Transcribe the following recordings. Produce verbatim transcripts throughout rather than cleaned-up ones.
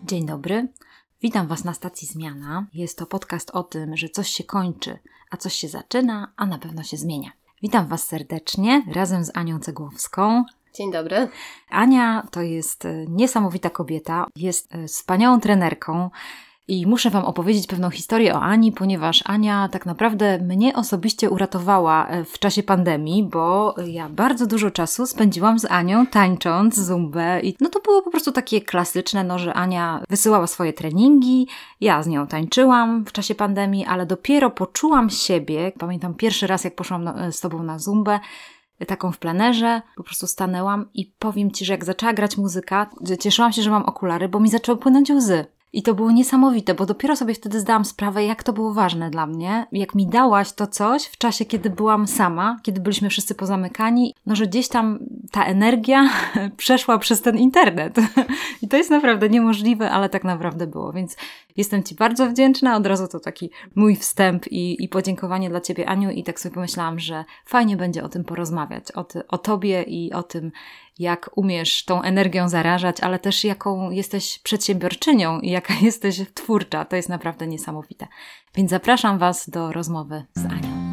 Dzień dobry, witam Was na stacji Zmiana. Jest to podcast o tym, że coś się kończy, a coś się zaczyna, a na pewno się zmienia. Witam Was serdecznie, razem z Anią Cegłowską. Dzień dobry. Ania to jest niesamowita kobieta, jest wspaniałą trenerką i muszę Wam opowiedzieć pewną historię o Ani, ponieważ Ania tak naprawdę mnie osobiście uratowała w czasie pandemii, bo ja bardzo dużo czasu spędziłam z Anią tańcząc zumbę i no to było po prostu takie klasyczne, no że Ania wysyłała swoje treningi, ja z nią tańczyłam w czasie pandemii, ale dopiero poczułam siebie, pamiętam pierwszy raz jak poszłam na, z Tobą na zumbę, taką w plenerze, po prostu stanęłam i powiem Ci, że jak zaczęła grać muzyka, cieszyłam się, że mam okulary, bo mi zaczęły płynąć łzy. I to było niesamowite, bo dopiero sobie wtedy zdałam sprawę, jak to było ważne dla mnie. Jak mi dałaś to coś w czasie, kiedy byłam sama, kiedy byliśmy wszyscy pozamykani, no że gdzieś tam ta energia przeszła przez ten internet. I to jest naprawdę niemożliwe, ale tak naprawdę było. Więc jestem Ci bardzo wdzięczna. Od razu to taki mój wstęp i, i podziękowanie dla Ciebie, Aniu. I tak sobie pomyślałam, że fajnie będzie o tym porozmawiać. O, ty, o Tobie i o tym, jak umiesz tą energią zarażać, ale też jaką jesteś przedsiębiorczynią i jaka jesteś twórcza. To jest naprawdę niesamowite. Więc zapraszam Was do rozmowy z Anią.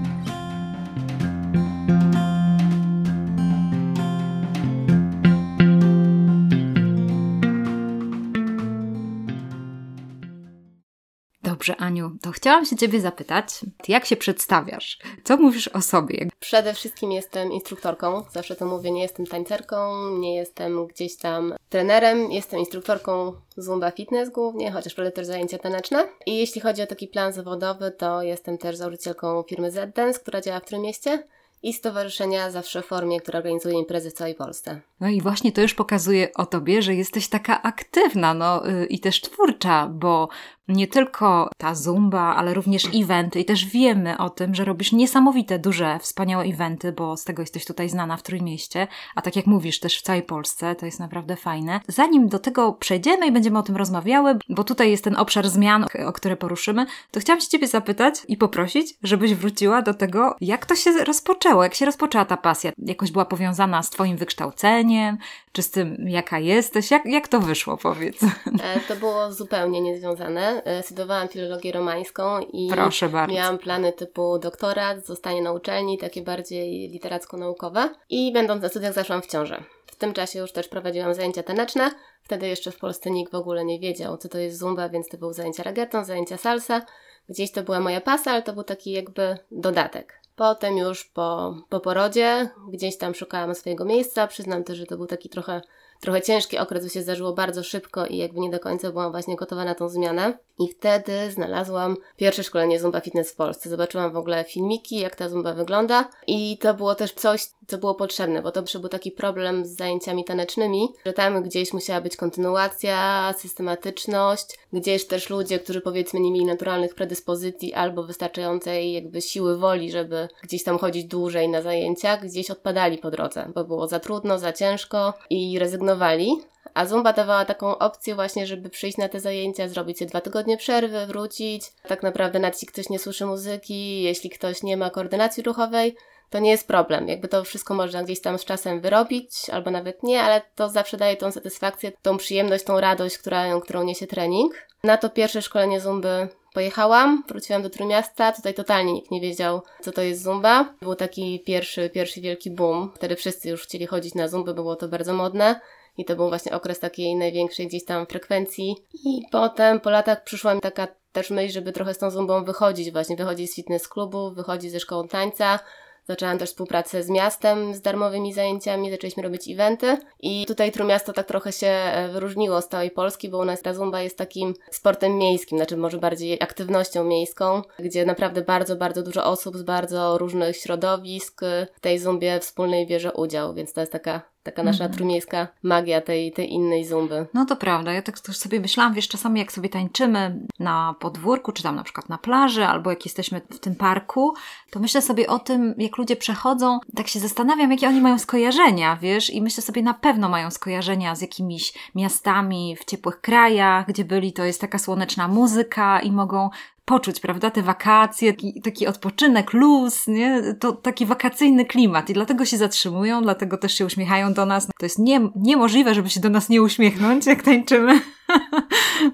Dobrze, Aniu, to chciałam się Ciebie zapytać, jak się przedstawiasz? Co mówisz o sobie? Przede wszystkim jestem instruktorką, zawsze to mówię, nie jestem tańcerką, nie jestem gdzieś tam trenerem, jestem instruktorką Zumba Fitness głównie, chociaż prowadzę też zajęcia taneczne. I jeśli chodzi o taki plan zawodowy, to jestem też założycielką firmy Z-Dance, która działa w Trójmieście, i stowarzyszenia Zawsze w Formie, które organizuje imprezy w całej Polsce. No i właśnie to już pokazuje o Tobie, że jesteś taka aktywna, no yy, i też twórcza, bo nie tylko ta zumba, ale również eventy i też wiemy o tym, że robisz niesamowite, duże, wspaniałe eventy, bo z tego jesteś tutaj znana w Trójmieście, a tak jak mówisz, też w całej Polsce, to jest naprawdę fajne. Zanim do tego przejdziemy i będziemy o tym rozmawiały, bo tutaj jest ten obszar zmian, o które poruszymy, to chciałam się Ciebie zapytać i poprosić, żebyś wróciła do tego, jak to się rozpoczęło, jak się rozpoczęła ta pasja. Jakoś była powiązana z Twoim wykształceniem, czy z tym, jaka jesteś? Jak, jak to wyszło, powiedz? E, to było zupełnie niezwiązane. E, studiowałam filologię romańską i Proszę bardzo. Miałam plany typu doktorat, zostanie na uczelni, takie bardziej literacko-naukowe. I będąc na studiach zaszłam w ciążę. W tym czasie już też prowadziłam zajęcia taneczne. Wtedy jeszcze w Polsce nikt w ogóle nie wiedział, co to jest zumba, więc to były zajęcia reggaeton, zajęcia salsa. Gdzieś to była moja pasja, ale to był taki jakby dodatek. Potem już po, po porodzie gdzieś tam szukałam swojego miejsca. Przyznam też, że to był taki trochę, trochę ciężki okres, bo się zdarzyło bardzo szybko i jakby nie do końca byłam właśnie gotowa na tą zmianę. I wtedy znalazłam pierwsze szkolenie Zumba Fitness w Polsce. Zobaczyłam w ogóle filmiki, jak ta zumba wygląda i to było też coś, co było potrzebne, bo to był taki problem z zajęciami tanecznymi, że tam gdzieś musiała być kontynuacja, systematyczność, gdzieś też ludzie, którzy powiedzmy nie mieli naturalnych predyspozycji albo wystarczającej jakby siły woli, żeby gdzieś tam chodzić dłużej na zajęcia, gdzieś odpadali po drodze, bo było za trudno, za ciężko i rezygnowali. A zumba dawała taką opcję właśnie, żeby przyjść na te zajęcia, zrobić sobie dwa tygodnie przerwy, wrócić. Tak naprawdę nawet jeśli ktoś nie słyszy muzyki, jeśli ktoś nie ma koordynacji ruchowej, to nie jest problem. Jakby to wszystko można gdzieś tam z czasem wyrobić, albo nawet nie, ale to zawsze daje tą satysfakcję, tą przyjemność, tą radość, która, którą niesie trening. Na to pierwsze szkolenie zumby pojechałam, wróciłam do Trójmiasta, tutaj totalnie nikt nie wiedział, co to jest zumba. Był taki pierwszy, pierwszy wielki boom. Wtedy wszyscy już chcieli chodzić na zumbę, było to bardzo modne. I to był właśnie okres takiej największej gdzieś tam frekwencji. I potem po latach przyszła mi taka też myśl, żeby trochę z tą zumbą wychodzić właśnie, wychodzić z fitness klubu, wychodzić ze szkołą tańca. Zaczęłam też współpracę z miastem, z darmowymi zajęciami, zaczęliśmy robić eventy i tutaj Trójmiasto tak trochę się wyróżniło z całej Polski, bo u nas ta zumba jest takim sportem miejskim, znaczy może bardziej aktywnością miejską, gdzie naprawdę bardzo, bardzo dużo osób z bardzo różnych środowisk w tej zumbie wspólnej bierze udział, więc to jest taka Taka nasza mm. trójmiejska magia tej, tej innej zumby. No to prawda. Ja tak też sobie myślałam, wiesz, czasami jak sobie tańczymy na podwórku, czy tam na przykład na plaży, albo jak jesteśmy w tym parku, to myślę sobie o tym, jak ludzie przechodzą, tak się zastanawiam, jakie oni mają skojarzenia, wiesz, i myślę sobie, na pewno mają skojarzenia z jakimiś miastami w ciepłych krajach, gdzie byli, to jest taka słoneczna muzyka i mogą poczuć, prawda, te wakacje, taki, taki odpoczynek, luz, nie? To taki wakacyjny klimat i dlatego się zatrzymują, dlatego też się uśmiechają do nas. To jest nie, niemożliwe, żeby się do nas nie uśmiechnąć, jak tańczymy.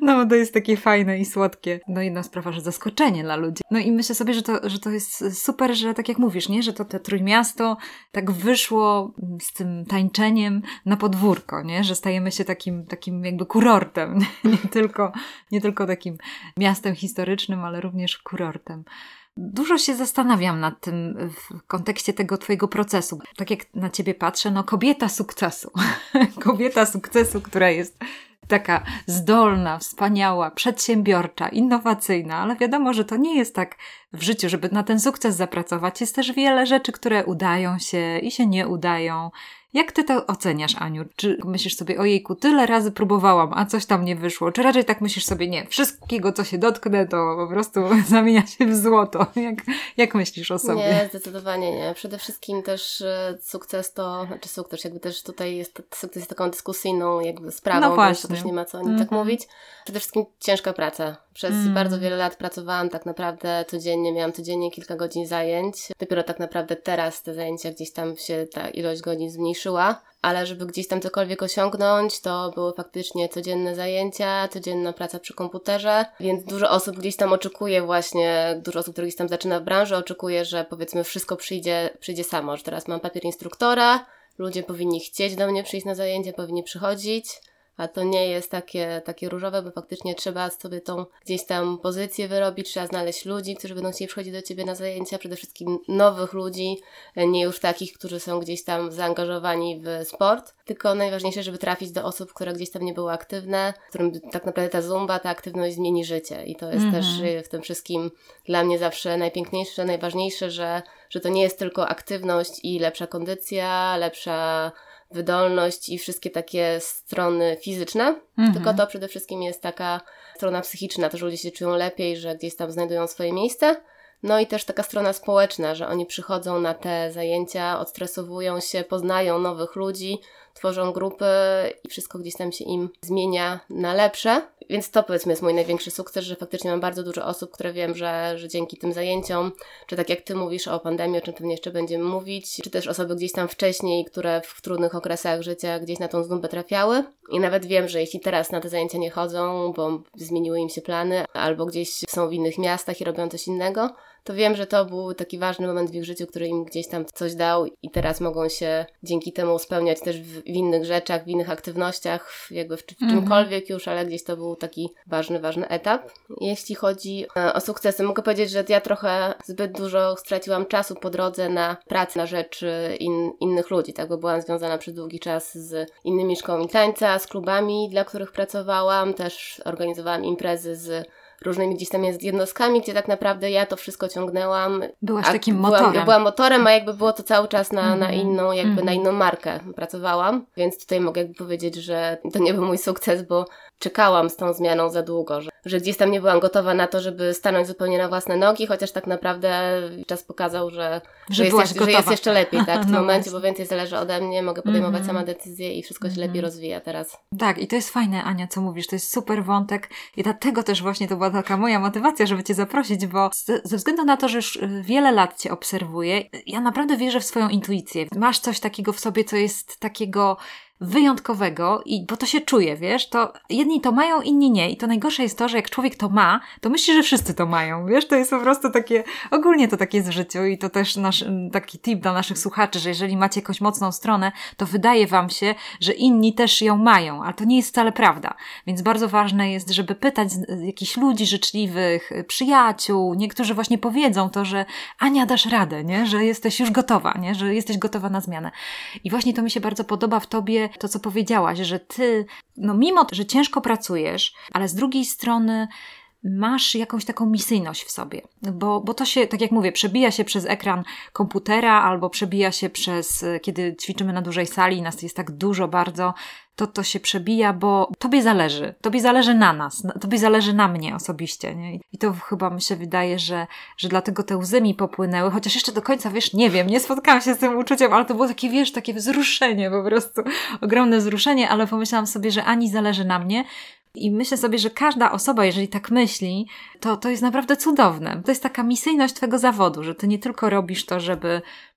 No, to jest takie fajne i słodkie. No, jedna sprawa, że zaskoczenie dla ludzi. No i myślę sobie, że to, że to jest super, że tak jak mówisz, nie? Że to te Trójmiasto tak wyszło z tym tańczeniem na podwórko, nie? Że stajemy się takim, takim jakby kurortem. Nie tylko, nie tylko takim miastem historycznym, ale również kurortem. Dużo się zastanawiam nad tym w kontekście tego twojego procesu. Tak jak na ciebie patrzę, no kobieta sukcesu. Kobieta sukcesu, która jest taka zdolna, wspaniała, przedsiębiorcza, innowacyjna, ale wiadomo, że to nie jest tak w życiu, żeby na ten sukces zapracować. Jest też wiele rzeczy, które udają się i się nie udają. Jak ty to oceniasz, Aniu? Czy myślisz sobie, ojejku, tyle razy próbowałam, a coś tam nie wyszło? Czy raczej tak myślisz sobie, nie, wszystkiego, co się dotknę, to po prostu zamienia się w złoto? Jak, jak myślisz o sobie? Nie, zdecydowanie nie. Przede wszystkim też sukces to, znaczy sukces, jakby też tutaj jest, sukces jest taką dyskusyjną jakby sprawą, no właśnie. Więc też nie ma co o nim mm. tak mówić. Przede wszystkim ciężka praca. Przez mm. bardzo wiele lat pracowałam tak naprawdę codziennie, miałam codziennie kilka godzin zajęć. Dopiero tak naprawdę teraz te zajęcia gdzieś tam się ta ilość godzin zmniejszyła, ale żeby gdzieś tam cokolwiek osiągnąć, to były faktycznie codzienne zajęcia, codzienna praca przy komputerze, więc dużo osób gdzieś tam oczekuje właśnie, dużo osób, które gdzieś tam zaczyna w branży, oczekuje, że powiedzmy wszystko przyjdzie, przyjdzie samo, że teraz mam papier instruktora, ludzie powinni chcieć do mnie przyjść na zajęcia, powinni przychodzić, a to nie jest takie, takie różowe, bo faktycznie trzeba sobie tą gdzieś tam pozycję wyrobić, trzeba znaleźć ludzi, którzy będą chcieli przychodzić do Ciebie na zajęcia, przede wszystkim nowych ludzi, nie już takich, którzy są gdzieś tam zaangażowani w sport, tylko najważniejsze, żeby trafić do osób, które gdzieś tam nie były aktywne, którym tak naprawdę ta zumba, ta aktywność zmieni życie i to jest mm-hmm. też w tym wszystkim dla mnie zawsze najpiękniejsze, najważniejsze, że, że to nie jest tylko aktywność i lepsza kondycja, lepsza wydolność i wszystkie takie strony fizyczne, mhm. tylko to przede wszystkim jest taka strona psychiczna, to, że ludzie się czują lepiej, że gdzieś tam znajdują swoje miejsce. No i też taka strona społeczna, że oni przychodzą na te zajęcia, odstresowują się, poznają nowych ludzi, tworzą grupy i wszystko gdzieś tam się im zmienia na lepsze. Więc to powiedzmy jest mój największy sukces, że faktycznie mam bardzo dużo osób, które wiem, że, że dzięki tym zajęciom, czy tak jak ty mówisz o pandemii, o czym pewnie jeszcze będziemy mówić, czy też osoby gdzieś tam wcześniej, które w trudnych okresach życia gdzieś na tą zumbę trafiały. I nawet wiem, że jeśli teraz na te zajęcia nie chodzą, bo zmieniły im się plany, albo gdzieś są w innych miastach i robią coś innego, to wiem, że to był taki ważny moment w ich życiu, który im gdzieś tam coś dał i teraz mogą się dzięki temu spełniać też w, w innych rzeczach, w innych aktywnościach, w, jakby w, w mm-hmm. czymkolwiek już, ale gdzieś to był taki ważny, ważny etap. Jeśli chodzi e, o sukcesy, mogę powiedzieć, że ja trochę zbyt dużo straciłam czasu po drodze na pracę na rzecz in, innych ludzi, tak, bo byłam związana przez długi czas z innymi szkołami tańca, z klubami, dla których pracowałam, też organizowałam imprezy z różnymi gdzieś tam jest jednostkami, gdzie tak naprawdę ja to wszystko ciągnęłam. Byłaś a takim byłam, motorem. Ja byłam motorem, a jakby było to cały czas na, mm-hmm. na inną, jakby mm-hmm. na inną markę pracowałam, więc tutaj mogę jakby powiedzieć, że to nie był mój sukces, bo czekałam z tą zmianą za długo, że, że gdzieś tam nie byłam gotowa na to, żeby stanąć zupełnie na własne nogi, chociaż tak naprawdę czas pokazał, że, że, że, jest, że jest jeszcze lepiej, tak, w tym no momencie, właśnie. Bo więcej zależy ode mnie, mogę podejmować mm-hmm. sama decyzje i wszystko się mm-hmm. lepiej rozwija teraz. Tak, i to jest fajne, Ania, co mówisz, to jest super wątek i dlatego też właśnie to była taka moja motywacja, żeby Cię zaprosić, bo z, ze względu na to, że już wiele lat Cię obserwuję, ja naprawdę wierzę w swoją intuicję. Masz coś takiego w sobie, co jest takiego wyjątkowego i bo to się czuje, wiesz, to jedni to mają, inni nie i to najgorsze jest to, że jak człowiek to ma, to myśli, że wszyscy to mają, wiesz, to jest po prostu takie, ogólnie to tak jest w życiu i to też nasz, taki tip dla naszych słuchaczy, że jeżeli macie jakąś mocną stronę, to wydaje wam się, że inni też ją mają, ale to nie jest wcale prawda, więc bardzo ważne jest, żeby pytać jakichś ludzi życzliwych, przyjaciół, niektórzy właśnie powiedzą to, że Ania, dasz radę, nie, że jesteś już gotowa, nie, że jesteś gotowa na zmianę i właśnie to mi się bardzo podoba w tobie, to, co powiedziałaś, że ty, no mimo, że ciężko pracujesz, ale z drugiej strony masz jakąś taką misyjność w sobie, bo, bo to się, tak jak mówię, przebija się przez ekran komputera albo przebija się przez, kiedy ćwiczymy na dużej sali, nas jest tak dużo bardzo, to to się przebija, bo tobie zależy, tobie zależy na nas, tobie zależy na mnie osobiście, nie? I to chyba mi się wydaje, że, że dlatego te łzy mi popłynęły, chociaż jeszcze do końca, wiesz, nie wiem, nie spotkałam się z tym uczuciem, ale to było takie, wiesz, takie wzruszenie po prostu, ogromne wzruszenie, ale pomyślałam sobie, że Ani zależy na mnie. I myślę sobie, że każda osoba, jeżeli tak myśli, to, to jest naprawdę cudowne. To jest taka misyjność twojego zawodu, że ty nie tylko robisz to, żeby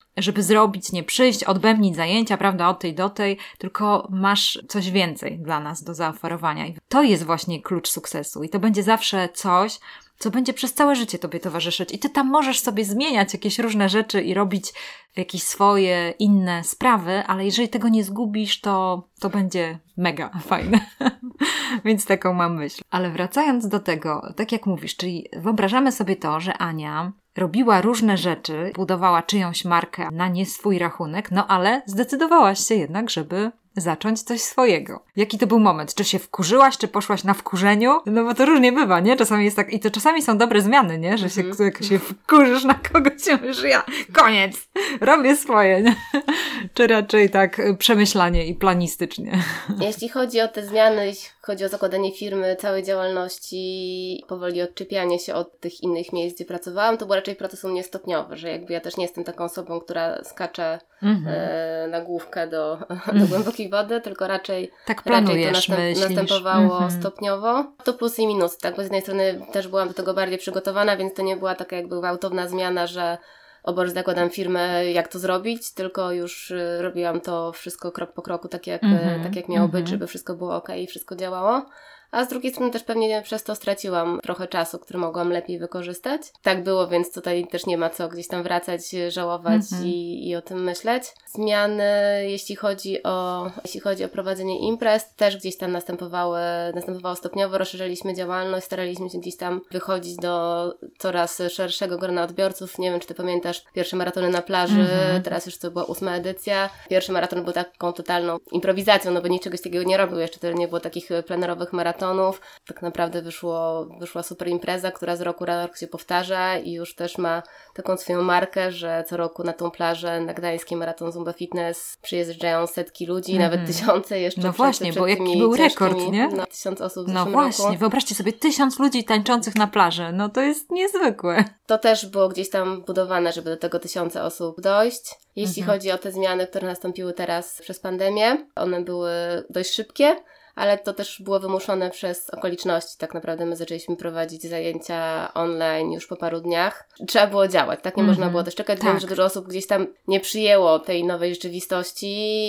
żeby zrobić, nie przyjść, odbębnić zajęcia, prawda, od tej do tej, tylko masz coś więcej dla nas do zaoferowania. I to jest właśnie klucz sukcesu i to będzie zawsze coś, co będzie przez całe życie Tobie towarzyszyć. I Ty tam możesz sobie zmieniać jakieś różne rzeczy i robić jakieś swoje inne sprawy, ale jeżeli tego nie zgubisz, to, to będzie mega fajne. Więc taką mam myśl. Ale wracając do tego, tak jak mówisz, czyli wyobrażamy sobie to, że Ania robiła różne rzeczy, budowała czyjąś markę na nie swój rachunek, no ale zdecydowałaś się jednak, żeby zacząć coś swojego. Jaki to był moment? Czy się wkurzyłaś, czy poszłaś na wkurzeniu? No bo to różnie bywa, nie? Czasami jest tak, i to czasami są dobre zmiany, nie? Że się, mm-hmm. jak się wkurzysz na kogoś, że ja, koniec, robię swoje, nie? Czy raczej tak przemyślanie i planistycznie? Jeśli chodzi o te zmiany, jeśli chodzi o zakładanie firmy, całej działalności, powoli odczepianie się od tych innych miejsc, gdzie pracowałam, to był raczej proces u mnie stopniowy, że jakby ja też nie jestem taką osobą, która skacze mm-hmm. e, na główkę do, mm-hmm. do głębokiej wody, tylko raczej, tak raczej to następ, następowało mm-hmm. stopniowo. To plusy i minusy, tak? Bo z jednej strony też byłam do tego bardziej przygotowana, więc to nie była taka jakby gwałtowna zmiana, że o Boże, zakładam firmę, jak to zrobić, tylko już y, robiłam to wszystko krok po kroku, tak jak, mm-hmm. tak jak miało mm-hmm. być, żeby wszystko było okej i wszystko działało. A z drugiej strony też pewnie przez to straciłam trochę czasu, który mogłam lepiej wykorzystać. Tak było, więc tutaj też nie ma co gdzieś tam wracać, żałować mm-hmm. i, i o tym myśleć. Zmiany, jeśli chodzi o jeśli chodzi o prowadzenie imprez, też gdzieś tam następowały, następowało stopniowo, rozszerzyliśmy działalność, staraliśmy się gdzieś tam wychodzić do coraz szerszego grona odbiorców. Nie wiem, czy Ty pamiętasz pierwsze maratony na plaży, mm-hmm. teraz już to była ósma edycja. Pierwszy maraton był taką totalną improwizacją, no bo niczego takiego nie robił, jeszcze wtedy nie było takich plenerowych maratonów. Tak naprawdę wyszło, wyszła super impreza, która z roku na rok się powtarza i już też ma taką swoją markę, że co roku na tą plażę, na gdański maraton Zumba Fitness przyjeżdżają setki ludzi, mm. nawet tysiące jeszcze. No przed, właśnie, przed bo jaki był rekord, nie? No, tysiąc osób w No właśnie, roku. Wyobraźcie sobie tysiąc ludzi tańczących na plaży, no to jest niezwykłe. To też było gdzieś tam budowane, żeby do tego tysiące osób dojść. Jeśli mhm. chodzi o te zmiany, które nastąpiły teraz przez pandemię, one były dość szybkie, ale to też było wymuszone przez okoliczności. Tak naprawdę my zaczęliśmy prowadzić zajęcia online już po paru dniach. Trzeba było działać, tak? Nie mm-hmm. można było też czekać. Tak. Wiem, że dużo osób gdzieś tam nie przyjęło tej nowej rzeczywistości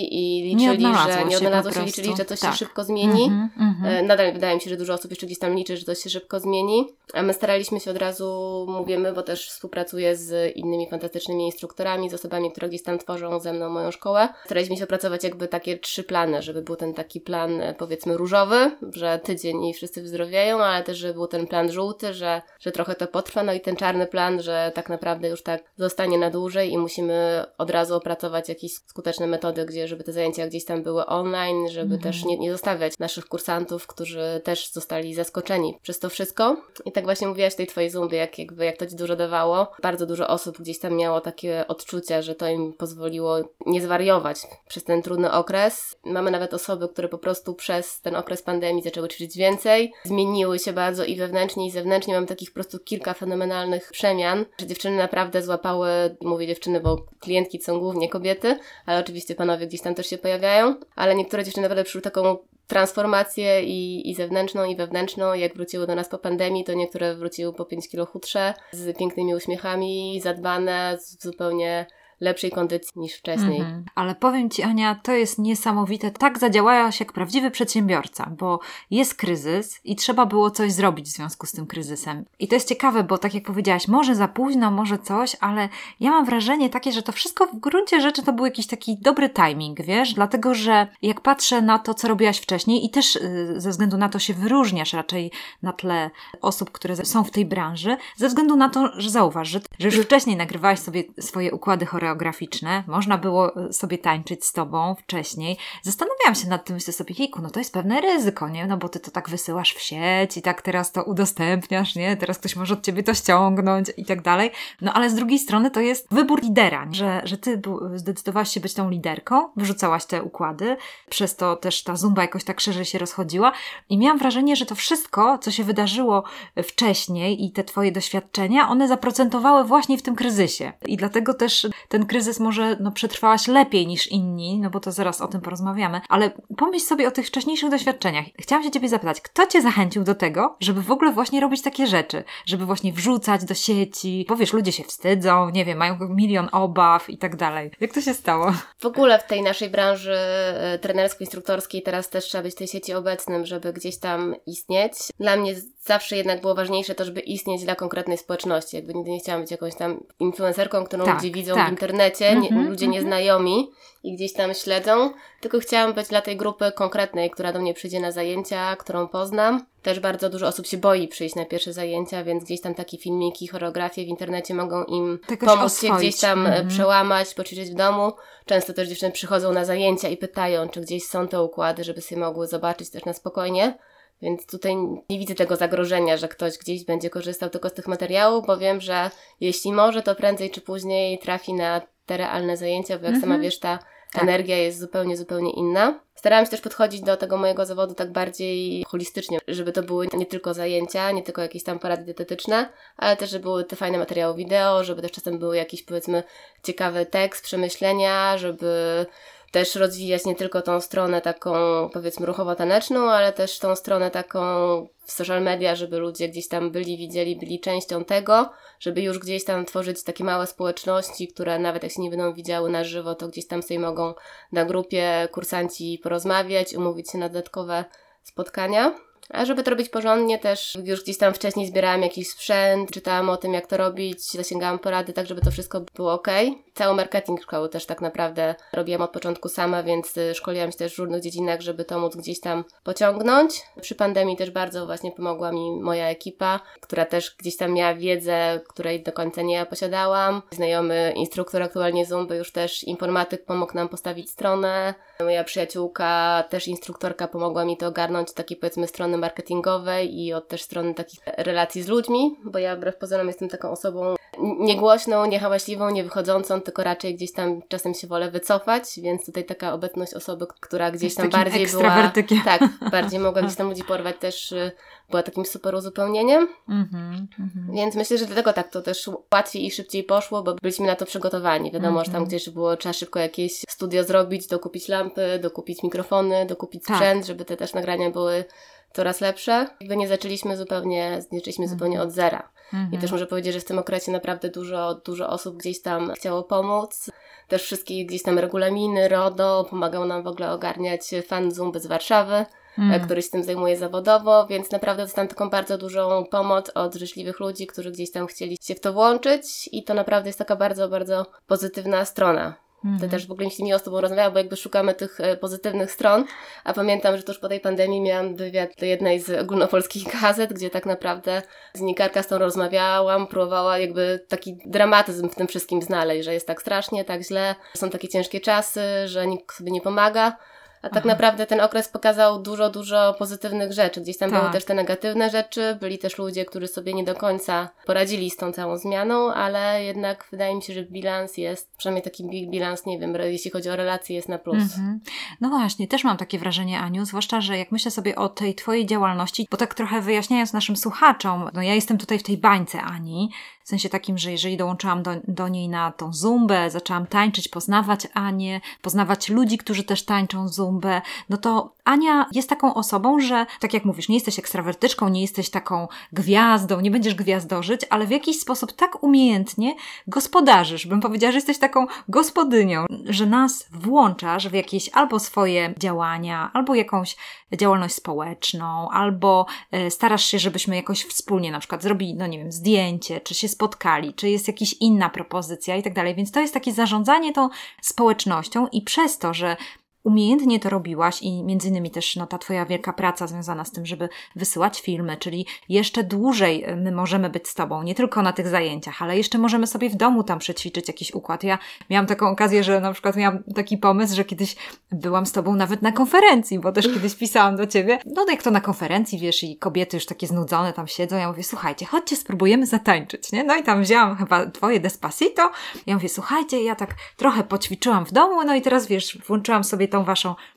i liczyli, nie że nie odnalazło się, liczyli, że coś tak. się szybko zmieni. Mm-hmm, mm-hmm. Nadal wydaje mi się, że dużo osób jeszcze gdzieś tam liczy, że coś się szybko zmieni. A my staraliśmy się od razu, mówimy, bo też współpracuję z innymi fantastycznymi instruktorami, z osobami, które gdzieś tam tworzą ze mną moją szkołę. Staraliśmy się opracować jakby takie trzy plany, żeby był ten taki plan, powiedzmy, różowy, że tydzień i wszyscy wyzdrowieją, ale też, że był ten plan żółty, że, że trochę to potrwa, no i ten czarny plan, że tak naprawdę już tak zostanie na dłużej i musimy od razu opracować jakieś skuteczne metody, gdzie, żeby te zajęcia gdzieś tam były online, żeby mm-hmm. też nie, nie zostawiać naszych kursantów, którzy też zostali zaskoczeni przez to wszystko. I tak właśnie mówiłaś w tej twojej Zumbie, jak, jakby, jak to ci dużo dawało. Bardzo dużo osób gdzieś tam miało takie odczucie, że to im pozwoliło nie zwariować przez ten trudny okres. Mamy nawet osoby, które po prostu przez ten okres pandemii zaczęły ćwiczyć więcej, zmieniły się bardzo i wewnętrznie, i zewnętrznie. Mamy takich po prostu kilka fenomenalnych przemian, że dziewczyny naprawdę złapały, mówię dziewczyny, bo klientki są głównie kobiety, ale oczywiście panowie gdzieś tam też się pojawiają, ale niektóre dziewczyny naprawdę przyszły taką transformację i, i zewnętrzną, i wewnętrzną. Jak wróciły do nas po pandemii, to niektóre wróciły po pięć kilo chudsze, z pięknymi uśmiechami, zadbane, z zupełnie lepszej kondycji niż wcześniej. Mm-hmm. Ale powiem Ci, Ania, to jest niesamowite. Tak zadziałałaś jak prawdziwy przedsiębiorca, bo jest kryzys i trzeba było coś zrobić w związku z tym kryzysem. I to jest ciekawe, bo tak jak powiedziałaś, może za późno, może coś, ale ja mam wrażenie takie, że to wszystko w gruncie rzeczy to był jakiś taki dobry timing, wiesz? Dlatego, że jak patrzę na to, co robiłaś wcześniej i też yy, ze względu na to się wyróżniasz raczej na tle osób, które są w tej branży, ze względu na to, że zauważ, że, że już wcześniej nagrywałaś sobie swoje układy choreograficzne, choreograficzne, można było sobie tańczyć z Tobą wcześniej. Zastanawiałam się nad tym, myślę sobie, jejku, no to jest pewne ryzyko, nie? No bo Ty to tak wysyłasz w sieć i tak teraz to udostępniasz, nie? Teraz ktoś może od Ciebie to ściągnąć i tak dalej. No ale z drugiej strony to jest wybór lidera, że, że Ty zdecydowałaś się być tą liderką, wyrzucałaś te układy, przez to też ta Zumba jakoś tak szerzej się rozchodziła i miałam wrażenie, że to wszystko, co się wydarzyło wcześniej i te Twoje doświadczenia, one zaprocentowały właśnie w tym kryzysie. I dlatego też ten ten kryzys może no, przetrwałaś lepiej niż inni, no bo to zaraz o tym porozmawiamy, ale pomyśl sobie o tych wcześniejszych doświadczeniach. Chciałam się Ciebie zapytać, kto Cię zachęcił do tego, żeby w ogóle właśnie robić takie rzeczy, żeby właśnie wrzucać do sieci, bo wiesz, ludzie się wstydzą, nie wiem, mają milion obaw i tak dalej. Jak to się stało? W ogóle w tej naszej branży trenersko-instruktorskiej teraz też trzeba być w tej sieci obecnym, żeby gdzieś tam istnieć. Dla mnie zawsze jednak było ważniejsze to, żeby istnieć dla konkretnej społeczności. Jakby nigdy nie chciałam być jakąś tam influencerką, którą tak, ludzie widzą tak. w internecie, nie, mm-hmm, ludzie mm-hmm. nieznajomi i gdzieś tam śledzą, tylko chciałam być dla tej grupy konkretnej, która do mnie przyjdzie na zajęcia, którą poznam. Też bardzo dużo osób się boi przyjść na pierwsze zajęcia, więc gdzieś tam takie filmiki, choreografie w internecie mogą im Tegoś pomóc oswoić. się gdzieś tam mm-hmm. przełamać, poćwiczyć w domu. Często też dziewczyny przychodzą na zajęcia i pytają, czy gdzieś są te układy, żeby sobie mogły zobaczyć też na spokojnie. Więc tutaj nie widzę tego zagrożenia, że ktoś gdzieś będzie korzystał tylko z tych materiałów, bo wiem, że jeśli może, to prędzej czy później trafi na te realne zajęcia, bo jak mm-hmm. sama wiesz, ta tak. energia jest zupełnie, zupełnie inna. Starałam się też podchodzić do tego mojego zawodu tak bardziej holistycznie, żeby to były nie tylko zajęcia, nie tylko jakieś tam porady dietetyczne, ale też, żeby były te fajne materiały wideo, żeby też czasem był jakiś, powiedzmy, ciekawy tekst, przemyślenia, żeby też rozwijać nie tylko tą stronę taką, powiedzmy, ruchowo-taneczną, ale też tą stronę taką w social media, żeby ludzie gdzieś tam byli, widzieli, byli częścią tego, żeby już gdzieś tam tworzyć takie małe społeczności, które nawet jak się nie będą widziały na żywo, to gdzieś tam sobie mogą na grupie kursanci porozmawiać, umówić się na dodatkowe spotkania. A żeby to robić porządnie też już gdzieś tam wcześniej zbierałam jakiś sprzęt, czytałam o tym, jak to robić, zasięgałam porady, tak żeby to wszystko było okej. Cały marketing szkoły też tak naprawdę robiłam od początku sama, więc szkoliłam się też w różnych dziedzinach, żeby to móc gdzieś tam pociągnąć. Przy pandemii też bardzo właśnie pomogła mi moja ekipa, która też gdzieś tam miała wiedzę, której do końca nie posiadałam. Znajomy instruktor aktualnie Zumby, już też informatyk, pomógł nam postawić stronę. Moja przyjaciółka, też instruktorka, pomogła mi to ogarnąć, takie powiedzmy strony marketingowej i od też strony takich relacji z ludźmi, bo ja wbrew pozorom jestem taką osobą niegłośną, niehałaśliwą, niewychodzącą, tylko raczej gdzieś tam czasem się wolę wycofać, więc tutaj taka obecność osoby, która gdzieś tam bardziej była, tak, bardziej mogła gdzieś tam ludzi porwać, też była takim super uzupełnieniem. Mm-hmm, mm-hmm. Więc myślę, że dlatego tak to też łatwiej i szybciej poszło, bo byliśmy na to przygotowani. Wiadomo, mm-hmm. że tam gdzieś było, trzeba szybko jakieś studio zrobić, dokupić lampy, dokupić mikrofony, dokupić tak. sprzęt, żeby te też nagrania były coraz lepsze. Jakby nie zaczęliśmy zupełnie, nie zaczęliśmy mm-hmm. zupełnie od zera. Mm-hmm. I też muszę powiedzieć, że w tym okresie naprawdę dużo, dużo osób gdzieś tam chciało pomóc. Też wszystkie gdzieś tam regulaminy, RODO, pomagał nam w ogóle ogarniać fan Zumby z Warszawy, mm. który się tym zajmuje zawodowo, więc naprawdę dostałam taką bardzo dużą pomoc od życzliwych ludzi, którzy gdzieś tam chcieli się w to włączyć i to naprawdę jest taka bardzo, bardzo pozytywna strona. Mm-hmm. To też w ogóle mi się miło z Tobą rozmawiała, bo jakby szukamy tych e, pozytywnych stron, a pamiętam, że tuż po tej pandemii miałam wywiad do jednej z ogólnopolskich gazet, gdzie tak naprawdę dziennikarka, z którą rozmawiałam, próbowała jakby taki dramatyzm w tym wszystkim znaleźć, że jest tak strasznie, tak źle, że są takie ciężkie czasy, że nikt sobie nie pomaga. A tak Aha. naprawdę ten okres pokazał dużo, dużo pozytywnych rzeczy. Gdzieś tam tak. były też te negatywne rzeczy, byli też ludzie, którzy sobie nie do końca poradzili z tą całą zmianą, ale jednak wydaje mi się, że bilans jest, przynajmniej taki bilans, nie wiem, jeśli chodzi o relacje, jest na plus. Mm-hmm. No właśnie, też mam takie wrażenie, Aniu, zwłaszcza, że jak myślę sobie o tej Twojej działalności, bo tak trochę wyjaśniając naszym słuchaczom, no ja jestem tutaj w tej bańce Ani, w sensie takim, że jeżeli dołączyłam do, do niej na tą zumbę, zaczęłam tańczyć, poznawać Anię, poznawać ludzi, którzy też tańczą zumbę, no to Ania jest taką osobą, że tak jak mówisz, nie jesteś ekstrawertyczką, nie jesteś taką gwiazdą, nie będziesz gwiazdożyć, ale w jakiś sposób tak umiejętnie gospodarzysz, bym powiedziała, że jesteś taką gospodynią, że nas włączasz w jakieś albo swoje działania, albo jakąś działalność społeczną, albo y, starasz się, żebyśmy jakoś wspólnie na przykład zrobili, no nie wiem, zdjęcie, czy się spotkali, czy jest jakaś inna propozycja i tak dalej. Więc to jest takie zarządzanie tą społecznością i przez to, że umiejętnie to robiłaś i między innymi też no, ta Twoja wielka praca związana z tym, żeby wysyłać filmy, czyli jeszcze dłużej my możemy być z Tobą, nie tylko na tych zajęciach, ale jeszcze możemy sobie w domu tam przećwiczyć jakiś układ. Ja miałam taką okazję, że na przykład miałam taki pomysł, że kiedyś byłam z Tobą nawet na konferencji, bo też kiedyś pisałam do Ciebie, no jak to na konferencji, wiesz, i kobiety już takie znudzone tam siedzą, ja mówię, słuchajcie, chodźcie, spróbujemy zatańczyć, nie? No i tam wzięłam chyba Twoje Despacito, ja mówię, słuchajcie, ja tak trochę poćwiczyłam w domu, no i teraz wiesz, włączyłam sobie tą waszą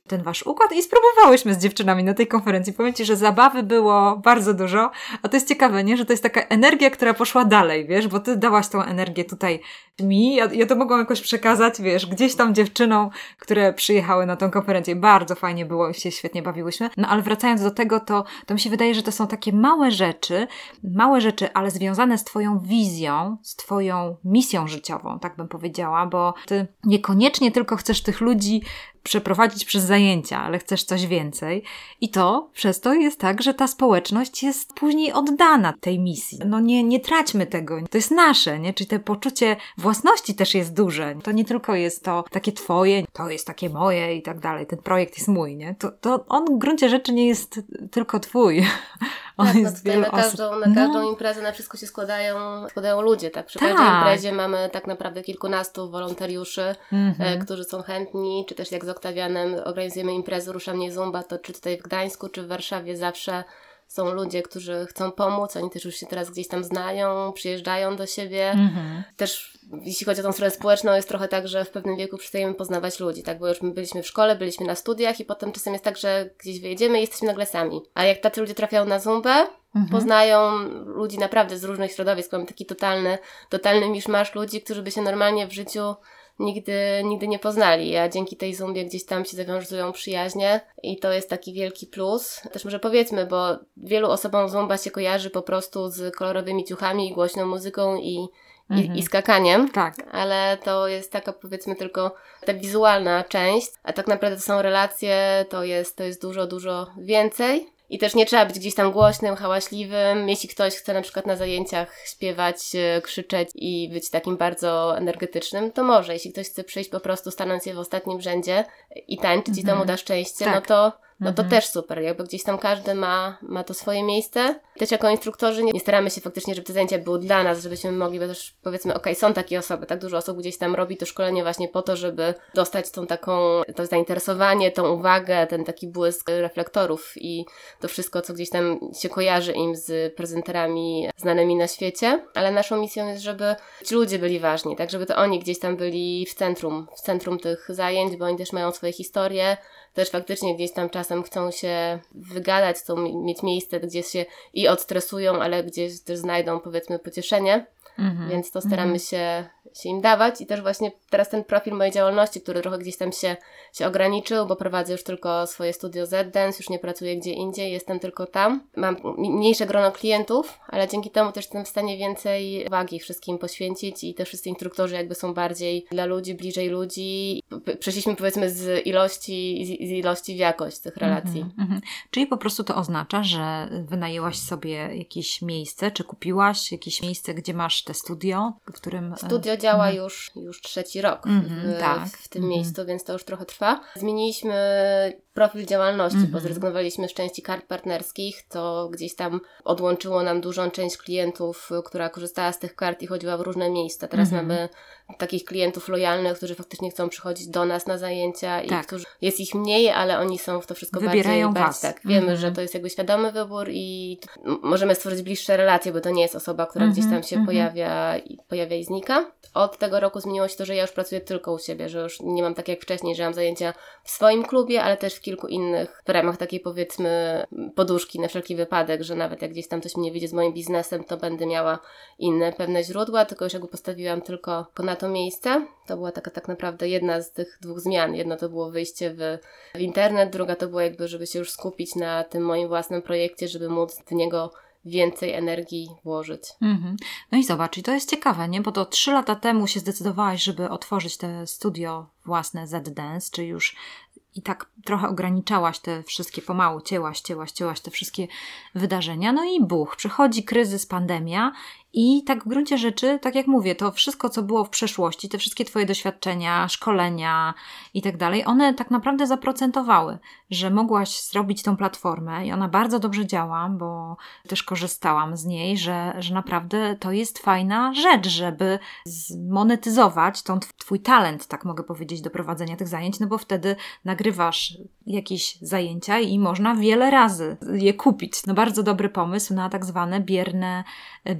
ten wasz układ i spróbowałyśmy z dziewczynami na tej konferencji. Powiem ci, że zabawy było bardzo dużo, a to jest ciekawe, nie? Że to jest taka energia, która poszła dalej, wiesz, bo ty dałaś tą energię tutaj mi, ja, ja to mogłam jakoś przekazać, wiesz, gdzieś tam dziewczynom, które przyjechały na tą konferencję. Bardzo fajnie było i się świetnie bawiłyśmy. No ale wracając do tego, to, to mi się wydaje, że to są takie małe rzeczy, małe rzeczy, ale związane z twoją wizją, z twoją misją życiową, tak bym powiedziała, bo ty niekoniecznie tylko chcesz tych ludzi przeprowadzić przez zajęcia, ale chcesz coś więcej. I to przez to jest tak, że ta społeczność jest później oddana tej misji. No nie, nie traćmy tego. To jest nasze, nie? Czyli to poczucie własności też jest duże. To nie tylko jest to takie twoje, to jest takie moje i tak dalej. Ten projekt jest mój, nie? To, to on w gruncie rzeczy nie jest tylko twój. On tak, jest no wiele na każdą, osób. na każdą no. imprezę, na wszystko się składają, składają ludzie, tak? Przy tak. każdej imprezie mamy tak naprawdę kilkunastu wolontariuszy, Mm-hmm. e, którzy są chętni, czy też jak z Oktawianem organizujemy imprezę Rusza Mnie Zumba, to czy tutaj w Gdańsku, czy w Warszawie zawsze są ludzie, którzy chcą pomóc, oni też już się teraz gdzieś tam znają, przyjeżdżają do siebie. Mm-hmm. Też jeśli chodzi o tą stronę społeczną, jest trochę tak, że w pewnym wieku przestajemy poznawać ludzi, tak? Bo już my byliśmy w szkole, byliśmy na studiach i potem czasem jest tak, że gdzieś wyjedziemy i jesteśmy nagle sami. A jak tacy ludzie trafiają na Zumbę, Mhm. poznają ludzi naprawdę z różnych środowisk. Mamy taki totalny, totalny miszmasz ludzi, którzy by się normalnie w życiu nigdy, nigdy nie poznali. A dzięki tej Zumbie gdzieś tam się zawiązują przyjaźnie i to jest taki wielki plus. Też może powiedzmy, bo wielu osobom Zumba się kojarzy po prostu z kolorowymi ciuchami i głośną muzyką i I, mhm. i skakaniem, tak. ale to jest taka powiedzmy tylko ta wizualna część, a tak naprawdę to są relacje, to jest, to jest dużo, dużo więcej. I też nie trzeba być gdzieś tam głośnym, hałaśliwym. Jeśli ktoś chce na przykład na zajęciach śpiewać, krzyczeć i być takim bardzo energetycznym, to może. Jeśli ktoś chce przyjść po prostu stanąć się w ostatnim rzędzie i tańczyć mm-hmm. i to mu da szczęście, tak. no to no to mhm. też super, jakby gdzieś tam każdy ma, ma to swoje miejsce. Też jako instruktorzy nie, nie staramy się faktycznie, żeby te zajęcia były dla nas, żebyśmy mogli, bo też powiedzmy, okej, okay, są takie osoby, tak dużo osób gdzieś tam robi to szkolenie właśnie po to, żeby dostać tą taką, to zainteresowanie, tą uwagę, ten taki błysk reflektorów i to wszystko, co gdzieś tam się kojarzy im z prezenterami znanymi na świecie, ale naszą misją jest, żeby ci ludzie byli ważni, tak, żeby to oni gdzieś tam byli w centrum, w centrum tych zajęć, bo oni też mają swoje historie, też faktycznie gdzieś tam czasem chcą się wygadać, chcą mieć miejsce, gdzie się i odstresują, ale gdzieś też znajdą powiedzmy pocieszenie, mm-hmm. więc to staramy mm-hmm. się, się im dawać i też właśnie teraz ten profil mojej działalności, który trochę gdzieś tam się, się ograniczył, bo prowadzę już tylko swoje studio Z-Dance, już nie pracuję gdzie indziej, jestem tylko tam. Mam mniejsze grono klientów, ale dzięki temu też jestem w stanie więcej uwagi wszystkim poświęcić i te wszyscy instruktorzy jakby są bardziej dla ludzi, bliżej ludzi. Przeszliśmy powiedzmy z ilości, z ilości w jakość tych relacji. Mm-hmm, mm-hmm. Czyli po prostu to oznacza, że wynajęłaś sobie jakieś miejsce, czy kupiłaś jakieś miejsce, gdzie masz te studio, w którym... Studio działa mm. już, już trzeci rok mm-hmm, w, tak. w tym mm-hmm. miejscu, więc to już trochę trwa. Zmieniliśmy profil działalności, mm-hmm. bo zrezygnowaliśmy z części kart partnerskich, to gdzieś tam odłączyło nam dużą część klientów, która korzystała z tych kart i chodziła w różne miejsca. Teraz mm-hmm. mamy takich klientów lojalnych, którzy faktycznie chcą przychodzić do nas na zajęcia i tak. którzy, jest ich mniej, ale oni są w to wszystko Wybierają bardziej... was. Tak, wiemy, mm-hmm. że to jest jakby świadomy wybór i możemy stworzyć bliższe relacje, bo to nie jest osoba, która mm-hmm. gdzieś tam się mm-hmm. pojawia, i, pojawia i znika. Od tego roku zmieniło się to, że ja już pracuję tylko u siebie, że już nie mam tak jak wcześniej, że mam zajęcia w swoim klubie, ale też w kilku innych, w ramach takiej powiedzmy poduszki na wszelki wypadek, że nawet jak gdzieś tam coś mnie widzi z moim biznesem, to będę miała inne pewne źródła, tylko już jakby postawiłam tylko na to miejsce. To była taka tak naprawdę jedna z tych dwóch zmian. Jedno to było wyjście w, w internet, druga to było jakby, żeby się już skupić na tym moim własnym projekcie, żeby móc w niego więcej energii włożyć. Mm-hmm. No i zobacz, i to jest ciekawe, nie? Bo to trzy lata temu się zdecydowałaś, żeby otworzyć te studio własne Z-Dance, czy już i tak trochę ograniczałaś te wszystkie, pomału cięłaś, cięłaś, cięłaś te wszystkie wydarzenia. No i buch, przychodzi kryzys, pandemia i tak w gruncie rzeczy, tak jak mówię, to wszystko, co było w przeszłości, te wszystkie twoje doświadczenia, szkolenia i tak dalej, one tak naprawdę zaprocentowały, że mogłaś zrobić tą platformę i ona bardzo dobrze działa, bo też korzystałam z niej, że, że naprawdę to jest fajna rzecz, żeby zmonetyzować tą twój talent, tak mogę powiedzieć, do prowadzenia tych zajęć, no bo wtedy nagrywasz jakieś zajęcia i można wiele razy je kupić. No bardzo dobry pomysł na tak zwane bierne, bierny dostęp.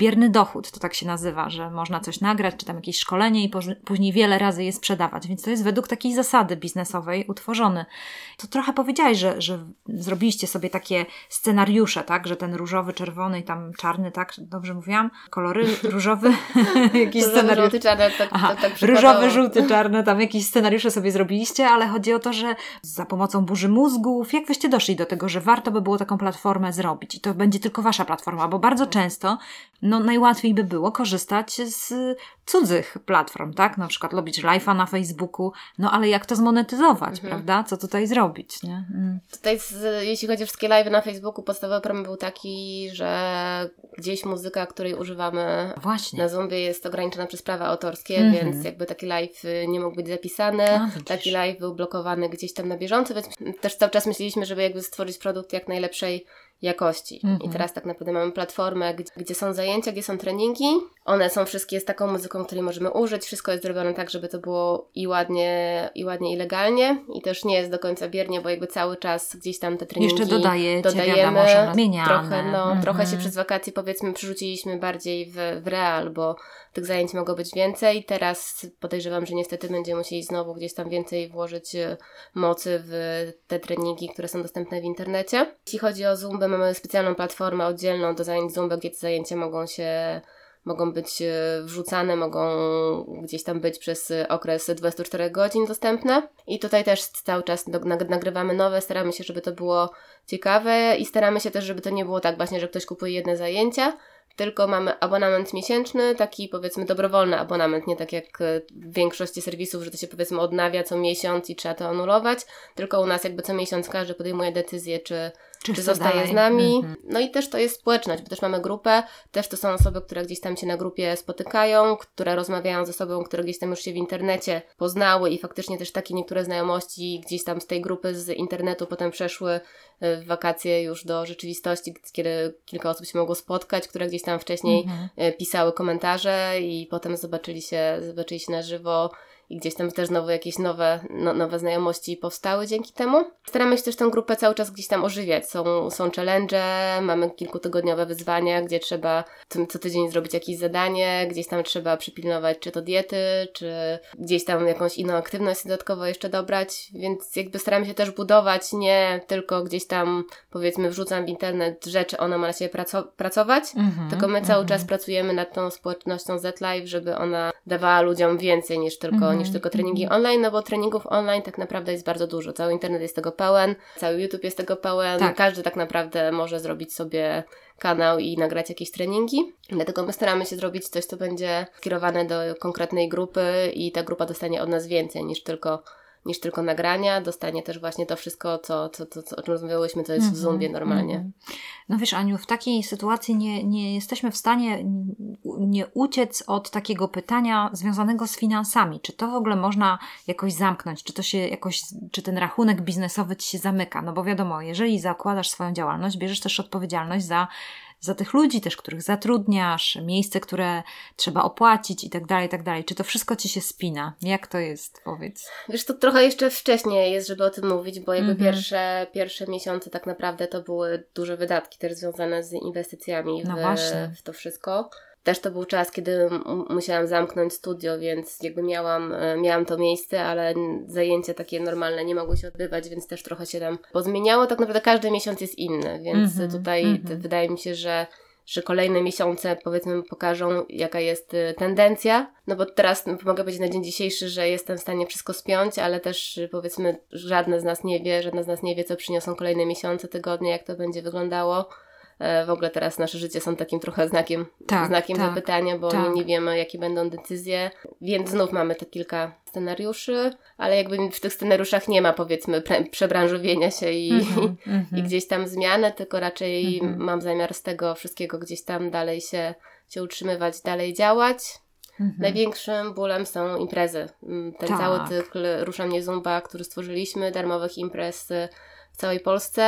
dochód, to tak się nazywa, że można coś nagrać, czy tam jakieś szkolenie i poz- później wiele razy je sprzedawać, więc to jest według takiej zasady biznesowej utworzony. To trochę powiedziałaś, że, że zrobiliście sobie takie scenariusze, tak, że ten różowy, czerwony i tam czarny, tak, dobrze mówiłam? Kolory, różowy, jakiś scenariusz. Żółty, czarny, tak, Aha, tak, tak różowy, żółty, czarny, tam jakieś scenariusze sobie zrobiliście, ale chodzi o to, że za pomocą burzy mózgów, jak wyście doszli do tego, że warto by było taką platformę zrobić i to będzie tylko wasza platforma, bo bardzo często no, najłatwiej by było korzystać z cudzych platform, tak? Na przykład robić live'a na Facebooku, no ale jak to zmonetyzować, mhm. prawda? Co tutaj zrobić, nie? Mm. Tutaj z, jeśli chodzi o wszystkie live'y na Facebooku, podstawowy problem był taki, że gdzieś muzyka, której używamy Właśnie. na Zumbie jest ograniczona przez prawa autorskie, Mhm. więc jakby taki live nie mógł być zapisany, A, taki live był blokowany gdzieś tam na bieżąco, więc też cały czas myśleliśmy, żeby jakby stworzyć produkt jak najlepszej jakości. Mhm. I teraz tak naprawdę mamy platformę, gdzie, gdzie są zajęcia, gdzie są treningi. One są wszystkie z taką muzyką, której możemy użyć. Wszystko jest zrobione tak, żeby to było i ładnie, i ładnie, i legalnie. I też nie jest do końca biernie, bo jakby cały czas gdzieś tam te treningi Jeszcze dodajecie, dodajemy. Wiadomo, że zmieniane. Trochę, no, mhm. trochę się przez wakacje powiedzmy przerzuciliśmy bardziej w, w real, bo tych zajęć mogło być więcej. Teraz podejrzewam, że niestety będziemy musieli znowu gdzieś tam więcej włożyć mocy w te treningi, które są dostępne w internecie. Jeśli chodzi o Zumbę, mamy specjalną platformę oddzielną do zajęć Zumby, gdzie te zajęcia mogą się mogą być wrzucane, mogą gdzieś tam być przez okres dwadzieścia cztery godzin dostępne. I tutaj też cały czas nagrywamy nowe, staramy się, żeby to było ciekawe i staramy się też, żeby to nie było tak właśnie, że ktoś kupuje jedne zajęcia, tylko mamy abonament miesięczny, taki powiedzmy dobrowolny abonament, nie tak jak w większości serwisów, że to się powiedzmy odnawia co miesiąc i trzeba to anulować, tylko u nas jakby co miesiąc każdy podejmuje decyzję, czy Czy, czy zostaje dalej. z nami. Mhm. No i też to jest społeczność, bo też mamy grupę, też to są osoby, które gdzieś tam się na grupie spotykają, które rozmawiają ze sobą, które gdzieś tam już się w internecie poznały i faktycznie też takie niektóre znajomości gdzieś tam z tej grupy z internetu potem przeszły w wakacje już do rzeczywistości, kiedy kilka osób się mogło spotkać, które gdzieś tam wcześniej mhm. pisały komentarze i potem zobaczyli się, zobaczyli się na żywo. I gdzieś tam też znowu jakieś nowe, no, nowe znajomości powstały dzięki temu. Staramy się też tę grupę cały czas gdzieś tam ożywiać. Są, są challenge, mamy kilkutygodniowe wyzwania, gdzie trzeba co tydzień zrobić jakieś zadanie, gdzieś tam trzeba przypilnować czy to diety, czy gdzieś tam jakąś inną aktywność dodatkowo jeszcze dobrać, więc jakby staramy się też budować, nie tylko gdzieś tam powiedzmy wrzucam w internet rzeczy, ona ma na siebie praco- pracować, mm-hmm, tylko my cały mm-hmm. czas pracujemy nad tą społecznością Z-Live, żeby ona dawała ludziom więcej niż tylko mm-hmm. niż tylko treningi online, no bo treningów online tak naprawdę jest bardzo dużo. Cały internet jest tego pełen, cały YouTube jest tego pełen, tak. Każdy tak naprawdę może zrobić sobie kanał i nagrać jakieś treningi. Dlatego my staramy się zrobić coś, co będzie skierowane do konkretnej grupy i ta grupa dostanie od nas więcej niż tylko niż tylko nagrania, dostanie też właśnie to wszystko, co, co, co, co o czym rozmawiałyśmy, co jest mm-hmm, w Zumbie normalnie. Mm-hmm. No wiesz, Aniu, w takiej sytuacji nie, nie jesteśmy w stanie nie uciec od takiego pytania związanego z finansami. Czy to w ogóle można jakoś zamknąć? Czy to się jakoś, czy ten rachunek biznesowy ci się zamyka? No bo wiadomo, jeżeli zakładasz swoją działalność, bierzesz też odpowiedzialność za za tych ludzi też, których zatrudniasz, miejsce, które trzeba opłacić i tak dalej, i tak dalej. Czy to wszystko ci się spina? Jak to jest? Powiedz. Wiesz, to trochę jeszcze wcześniej jest, żeby o tym mówić, bo jakby mm-hmm. pierwsze, pierwsze miesiące tak naprawdę to były duże wydatki też związane z inwestycjami w, no w to wszystko. Też to był czas, kiedy m- musiałam zamknąć studio, więc jakby miałam, miałam to miejsce, ale zajęcia takie normalne nie mogły się odbywać, więc też trochę się tam pozmieniało. Tak naprawdę każdy miesiąc jest inny, więc mm-hmm, tutaj mm-hmm. t- wydaje mi się, że że kolejne miesiące powiedzmy pokażą, jaka jest y, tendencja. No bo teraz no, mogę powiedzieć na dzień dzisiejszy, że jestem w stanie wszystko spiąć, ale też y, powiedzmy żadne z nas nie wie, żadne z nas nie wie, co przyniosą kolejne miesiące, tygodnie, jak to będzie wyglądało. W ogóle teraz nasze życie są takim trochę znakiem, tak, znakiem tak, zapytania, bo tak. nie, nie wiemy, jakie będą decyzje, więc znów mamy te kilka scenariuszy, ale jakby w tych scenariuszach nie ma powiedzmy pre- przebranżowienia się i, mm-hmm, i, mm-hmm. i gdzieś tam zmiany, tylko raczej mm-hmm. mam zamiar z tego wszystkiego gdzieś tam dalej się, się utrzymywać, dalej działać. Mm-hmm. Największym bólem są imprezy. Ten tak. cały cykl Rusza mnie Zumba, który stworzyliśmy, darmowych imprez w całej Polsce.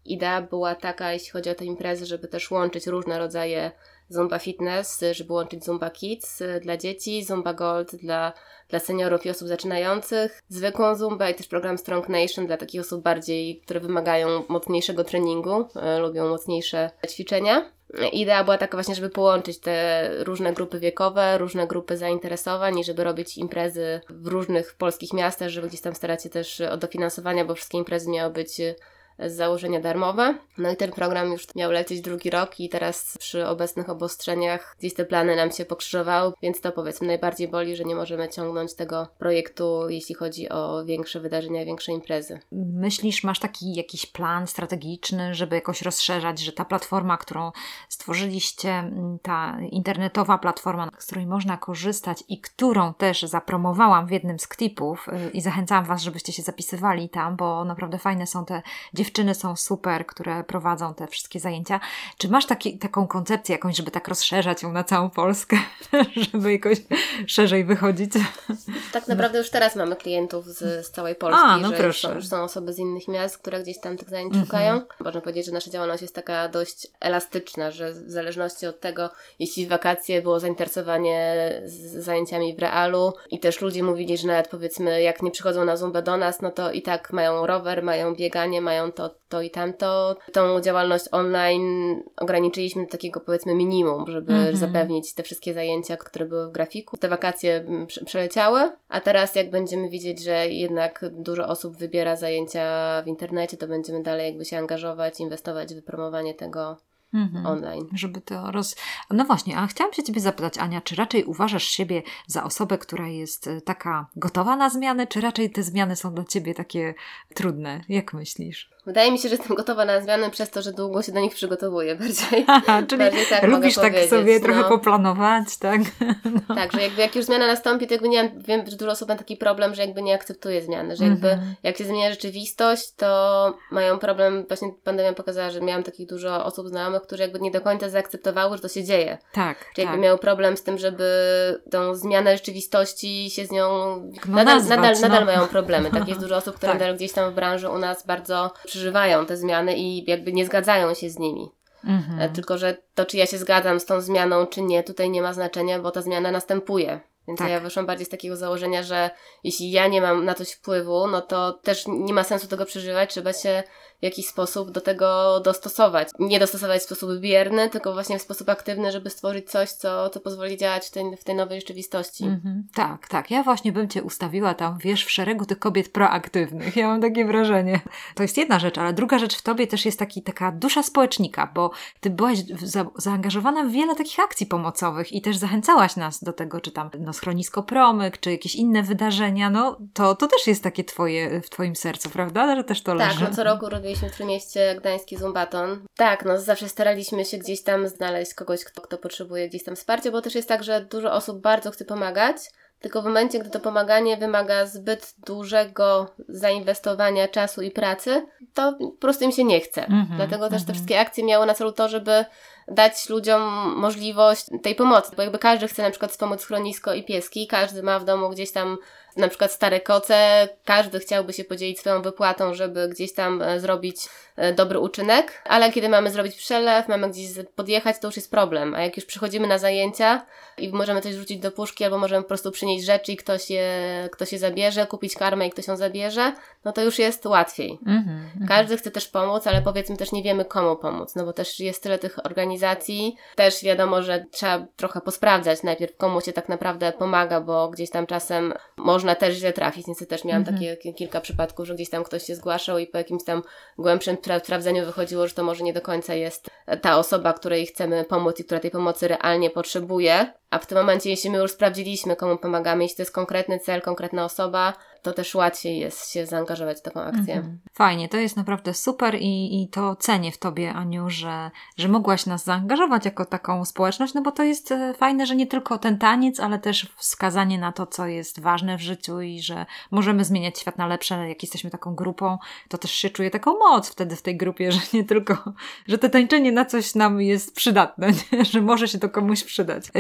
idea była taka, jeśli chodzi o te imprezy, żeby też łączyć różne rodzaje Zumba Fitness, żeby łączyć Zumba Kids dla dzieci, Zumba Gold dla, dla seniorów i osób zaczynających, zwykłą Zumbę i też program Strong Nation dla takich osób bardziej, które wymagają mocniejszego treningu, e, lubią mocniejsze ćwiczenia. Idea była taka właśnie, żeby połączyć te różne grupy wiekowe, różne grupy zainteresowań i żeby robić imprezy w różnych polskich miastach, żeby gdzieś tam starać się też o dofinansowania, bo wszystkie imprezy miały być z założenia darmowe. No i ten program już miał lecieć drugi rok i teraz przy obecnych obostrzeniach gdzieś te plany nam się pokrzyżowały, więc to powiedzmy najbardziej boli, że nie możemy ciągnąć tego projektu, jeśli chodzi o większe wydarzenia, większe imprezy. Myślisz, masz taki jakiś plan strategiczny, żeby jakoś rozszerzać, że ta platforma, którą stworzyliście, ta internetowa platforma, z której można korzystać i którą też zapromowałam w jednym z klipów i zachęcałam Was, żebyście się zapisywali tam, bo naprawdę fajne są te dziewczyny, są super, które prowadzą te wszystkie zajęcia. Czy masz taki, taką koncepcję jakąś, żeby tak rozszerzać ją na całą Polskę, żeby jakoś szerzej wychodzić? Tak naprawdę już teraz mamy klientów z, z całej Polski, A, no że proszę. Już, są, już są osoby z innych miast, które gdzieś tam tych zajęć Mhm. szukają. Można powiedzieć, że nasza działalność jest taka dość elastyczna, że w zależności od tego, jeśli w wakacje było zainteresowanie z zajęciami w realu i też ludzie mówili, że nawet powiedzmy jak nie przychodzą na Zumbę do nas, no to i tak mają rower, mają bieganie, mają to, to i tamto. Tą działalność online ograniczyliśmy do takiego powiedzmy minimum, żeby Mhm. zapewnić te wszystkie zajęcia, które były w grafiku. Te wakacje prze- przeleciały, a teraz jak będziemy widzieć, że jednak dużo osób wybiera zajęcia w internecie, to będziemy dalej jakby się angażować, inwestować w wypromowanie tego Mhm. online. Żeby to roz... No właśnie, a chciałam się Ciebie zapytać, Ania, czy raczej uważasz siebie za osobę, która jest e, taka gotowa na zmiany, czy raczej te zmiany są dla Ciebie takie trudne? Jak myślisz? Wydaje mi się, że jestem gotowa na zmiany przez to, że długo się do nich przygotowuję bardziej. Aha, czyli bardziej tak lubisz mogę tak powiedzieć, sobie trochę no. poplanować, tak? No. Tak, że jakby jak już zmiana nastąpi, to jakby nie mam, wiem, że dużo osób ma taki problem, że jakby nie akceptuje zmiany, że jakby Mhm. jak się zmienia rzeczywistość, to mają problem, właśnie pandemia pokazała, że miałam takich dużo osób znajomych, którzy jakby nie do końca zaakceptowały, że to się dzieje. Tak, Czy jakby tak. miał problem z tym, żeby tą zmianę rzeczywistości się z nią... No nadal, nazwać, nadal, no. nadal mają problemy. Tak, jest dużo osób, które Tak. nadal gdzieś tam w branży u nas bardzo przeżywają te zmiany i jakby nie zgadzają się z nimi. Mhm. E, Tylko, że to, czy ja się zgadzam z tą zmianą, czy nie, tutaj nie ma znaczenia, bo ta zmiana następuje. Więc Tak. ja wyszłam bardziej z takiego założenia, że jeśli ja nie mam na coś wpływu, no to też nie ma sensu tego przeżywać, trzeba się w jakiś sposób do tego dostosować. Nie dostosować w sposób bierny, tylko właśnie w sposób aktywny, żeby stworzyć coś, co, co pozwoli działać w tej, w tej nowej rzeczywistości. Mhm. Tak, tak. Ja właśnie bym Cię ustawiła tam, wiesz, w szeregu tych kobiet proaktywnych. Ja mam takie wrażenie. To jest jedna rzecz, ale druga rzecz w Tobie też jest taki, taka dusza społecznika, bo Ty byłaś za, zaangażowana w wiele takich akcji pomocowych i też zachęcałaś nas do tego, czy tam no, schronisko Promyk, czy jakieś inne wydarzenia. No to, to też jest takie Twoje, w Twoim sercu, prawda? Że też to Tak, leży. no co roku robiliśmy w Trójmieście Gdański Zumbaton. Tak, no zawsze staraliśmy się gdzieś tam znaleźć kogoś, kto, kto potrzebuje gdzieś tam wsparcia, bo też jest tak, że dużo osób bardzo chce pomagać, tylko w momencie, gdy to pomaganie wymaga zbyt dużego zainwestowania czasu i pracy, to po prostu im się nie chce. Mhm, Dlatego też te mhm. wszystkie akcje miały na celu to, żeby dać ludziom możliwość tej pomocy, bo jakby każdy chce na przykład wspomóc schronisko i pieski, każdy ma w domu gdzieś tam na przykład stare koce, każdy chciałby się podzielić swoją wypłatą, żeby gdzieś tam e, zrobić e, dobry uczynek, ale kiedy mamy zrobić przelew, mamy gdzieś podjechać, to już jest problem, a jak już przychodzimy na zajęcia i możemy coś wrzucić do puszki, albo możemy po prostu przynieść rzeczy i ktoś je, ktoś je zabierze, kupić karmę i ktoś ją zabierze, no to już jest łatwiej. Mhm, mhm. Każdy chce też pomóc, ale powiedzmy też nie wiemy komu pomóc, no bo też jest tyle tych organizacji, też wiadomo, że trzeba trochę posprawdzać najpierw, komu się tak naprawdę pomaga, bo gdzieś tam czasem można też źle trafić. Niestety też miałam Mhm. takie ki- kilka przypadków, że gdzieś tam ktoś się zgłaszał i po jakimś tam głębszym spra- sprawdzeniu wychodziło, że to może nie do końca jest ta osoba, której chcemy pomóc i która tej pomocy realnie potrzebuje. A w tym momencie, jeśli my już sprawdziliśmy, komu pomagamy, jeśli to jest konkretny cel, konkretna osoba, to też łatwiej jest się zaangażować w taką akcję. Mhm. Fajnie, to jest naprawdę super i, i to cenię w Tobie, Aniu, że, że mogłaś nas zaangażować jako taką społeczność, no bo to jest e, fajne, że nie tylko ten taniec, ale też wskazanie na to, co jest ważne w życiu i że możemy zmieniać świat na lepsze, jak jesteśmy taką grupą, to też się czuje taką moc wtedy w tej grupie, że nie tylko, że to tańczenie na coś nam jest przydatne, nie? Że może się to komuś przydać. E, jeszcze jedna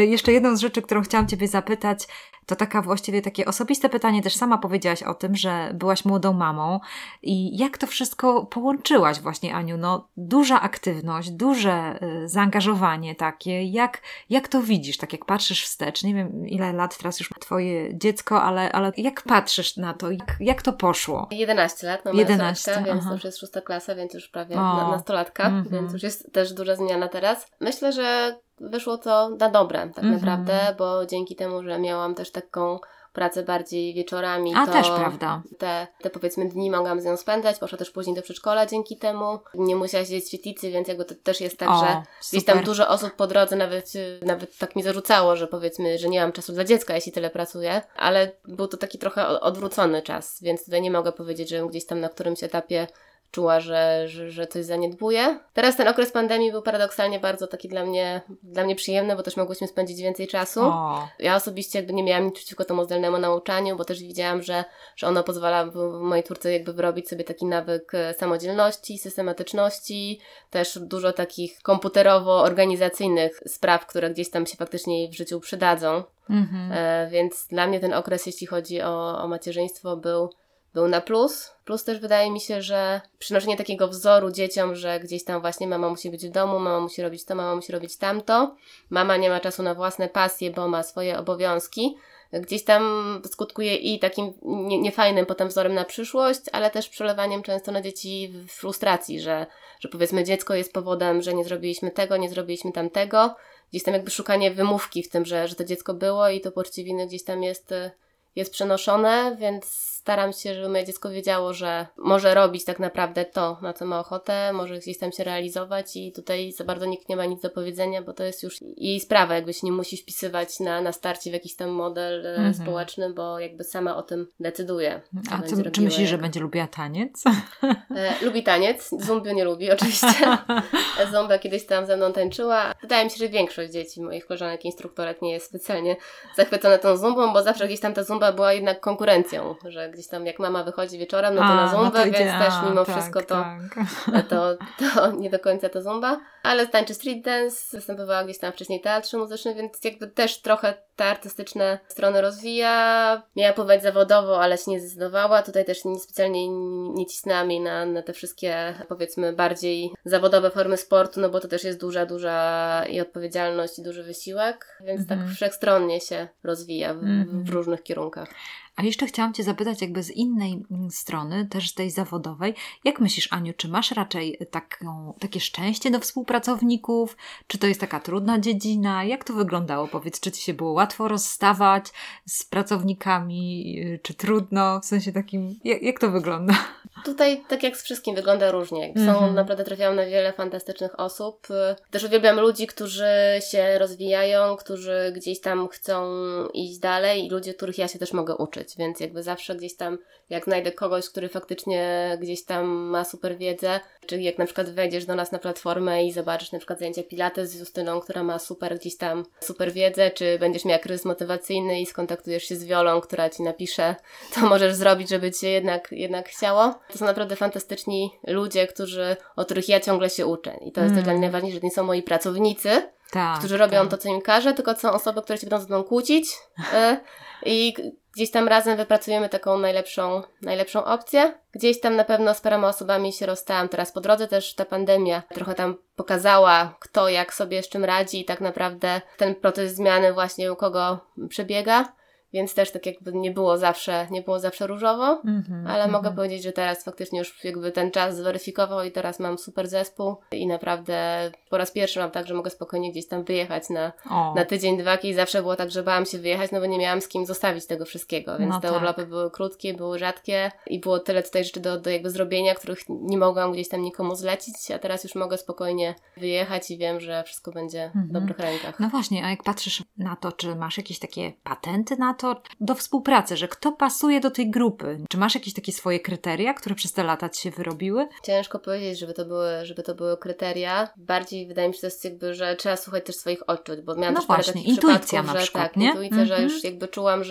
jedną z rzeczy, którą chciałam Ciebie zapytać, to taka właściwie takie osobiste pytanie, też sama powiedziałaś o tym, że byłaś młodą mamą i jak to wszystko połączyłaś właśnie, Aniu? No duża aktywność, duże y, zaangażowanie takie, jak, jak to widzisz, tak jak patrzysz wstecz, nie wiem ile lat teraz już ma Twoje dziecko, ale, ale jak patrzysz na to, jak, jak to poszło? jedenaście lat, mam jedenaście, więc to już jest szósta klasa, więc już prawie o, nastolatka, mm-hmm. więc już jest też duża zmiana teraz. Myślę, że wyszło to na dobre tak mm-hmm. naprawdę, bo dzięki temu, że miałam też taką pracę bardziej wieczorami, A to też prawda. Te, te powiedzmy dni mogłam z nią spędzać, poszła też później do przedszkola dzięki temu. Nie musiała siedzieć w świetlicy, więc jakby to też jest tak, o, że super. Gdzieś tam dużo osób po drodze nawet, nawet tak mi zarzucało, że powiedzmy, że nie mam czasu dla dziecka, jeśli tyle pracuję, ale był to taki trochę odwrócony czas, więc tutaj nie mogę powiedzieć, że gdzieś tam na którymś etapie czuła, że, że, że coś zaniedbuje. Teraz ten okres pandemii był paradoksalnie bardzo taki dla mnie, dla mnie przyjemny, bo też mogłyśmy spędzić więcej czasu. O. Ja osobiście jakby nie miałam nic przeciwko temu zdalnemu nauczaniu, bo też widziałam, że, że ono pozwala w mojej córce jakby wyrobić sobie taki nawyk samodzielności, systematyczności, też dużo takich komputerowo-organizacyjnych spraw, które gdzieś tam się faktycznie jej w życiu przydadzą. Mhm. E, więc dla mnie ten okres, jeśli chodzi o, o macierzyństwo, był Był na plus. Plus też wydaje mi się, że przynoszenie takiego wzoru dzieciom, że gdzieś tam właśnie mama musi być w domu, mama musi robić to, mama musi robić tamto. Mama nie ma czasu na własne pasje, bo ma swoje obowiązki. Gdzieś tam skutkuje i takim nie, niefajnym potem wzorem na przyszłość, ale też przelewaniem często na dzieci w frustracji, że, że powiedzmy dziecko jest powodem, że nie zrobiliśmy tego, nie zrobiliśmy tamtego. Gdzieś tam jakby szukanie wymówki w tym, że, że to dziecko było i to poczucie winy gdzieś tam jest, jest przenoszone, więc staram się, żeby moje dziecko wiedziało, że może robić tak naprawdę to, na co ma ochotę, może gdzieś tam się realizować i tutaj za bardzo nikt nie ma nic do powiedzenia, bo to jest już jej sprawa, jakby się nie musi wpisywać na, na starcie w jakiś tam model mhm. społeczny, bo jakby sama o tym decyduje. A co, czy myślisz, jak... że będzie lubiła taniec? E, lubi taniec, Zumbio nie lubi oczywiście. Zumbia kiedyś tam ze mną tańczyła. Wydaje mi się, że większość dzieci, moich koleżanek i instruktorek nie jest specjalnie zachwycona tą zumbą, bo zawsze gdzieś tam ta zumba była jednak konkurencją, że gdzieś tam jak mama wychodzi wieczorem, no to A, na zumbę, no to więc też mimo A, wszystko tak, to, tak. To, to nie do końca ta zumba. Ale tańczy street dance, występowała gdzieś tam wcześniej w teatrze muzycznym, więc jakby też trochę te artystyczne strony rozwija. Miała pływać zawodowo, ale się nie zdecydowała. Tutaj też nie, specjalnie nie cisnęłam jej na, na te wszystkie, powiedzmy, bardziej zawodowe formy sportu, no bo to też jest duża, duża i odpowiedzialność i duży wysiłek, więc mm-hmm. tak wszechstronnie się rozwija w, mm-hmm. w różnych kierunkach. A jeszcze chciałam Cię zapytać jakby z innej strony, też tej zawodowej. Jak myślisz, Aniu, czy masz raczej taką, takie szczęście do współpracowników? Czy to jest taka trudna dziedzina? Jak to wyglądało? Powiedz, czy Ci się było łatwo rozstawać z pracownikami, czy trudno? W sensie takim, jak, jak to wygląda? Tutaj tak jak z wszystkim wygląda różnie. Są mm-hmm. naprawdę trafiałam na wiele fantastycznych osób. Też uwielbiam ludzi, którzy się rozwijają, którzy gdzieś tam chcą iść dalej i ludzie, których ja się też mogę uczyć. Więc jakby zawsze gdzieś tam, jak znajdę kogoś, który faktycznie gdzieś tam ma super wiedzę, czyli jak na przykład wejdziesz do nas na platformę i zobaczysz na przykład zajęcia Pilates z Justyną, która ma super gdzieś tam super wiedzę, czy będziesz miała kryzys motywacyjny i skontaktujesz się z Wiolą, która Ci napisze, co możesz zrobić, żeby Cię jednak, jednak chciało. To są naprawdę fantastyczni ludzie, którzy, o których ja ciągle się uczę. I to jest mm. też dla mnie najważniejsze, że to nie są moi pracownicy, tak, którzy robią tak. to, co im każę, tylko to są osoby, które się będą ze mną kłócić y, i gdzieś tam razem wypracujemy taką najlepszą, najlepszą opcję. Gdzieś tam na pewno z paroma osobami się rozstałam. Teraz po drodze też ta pandemia trochę tam pokazała, kto jak sobie z czym radzi i tak naprawdę ten proces zmiany właśnie u kogo przebiega. Więc też tak jakby nie było zawsze, nie było zawsze różowo, mm-hmm, ale mm-hmm. mogę powiedzieć, że teraz faktycznie już jakby ten czas zweryfikował i teraz mam super zespół i naprawdę po raz pierwszy mam tak, że mogę spokojnie gdzieś tam wyjechać na, na tydzień, dwa, i zawsze było tak, że bałam się wyjechać, no bo nie miałam z kim zostawić tego wszystkiego, więc no te tak. urlopy były krótkie, były rzadkie i było tyle tutaj rzeczy do, do jakby zrobienia, których nie mogłam gdzieś tam nikomu zlecić, a teraz już mogę spokojnie wyjechać i wiem, że wszystko będzie mm-hmm. w dobrych rękach. No właśnie, a jak patrzysz na to, czy masz jakieś takie patenty na to, do współpracy, że kto pasuje do tej grupy? Czy masz jakieś takie swoje kryteria, które przez te lata Ci się wyrobiły? Ciężko powiedzieć, żeby to były, żeby to były kryteria. Bardziej wydaje mi się, że to jest jakby, że trzeba słuchać też swoich odczuć, bo miałam no też właśnie, parę takich intuicja przypadków, na że przykład, tak, nie? intuicja, mm-hmm. że już jakby czułam, że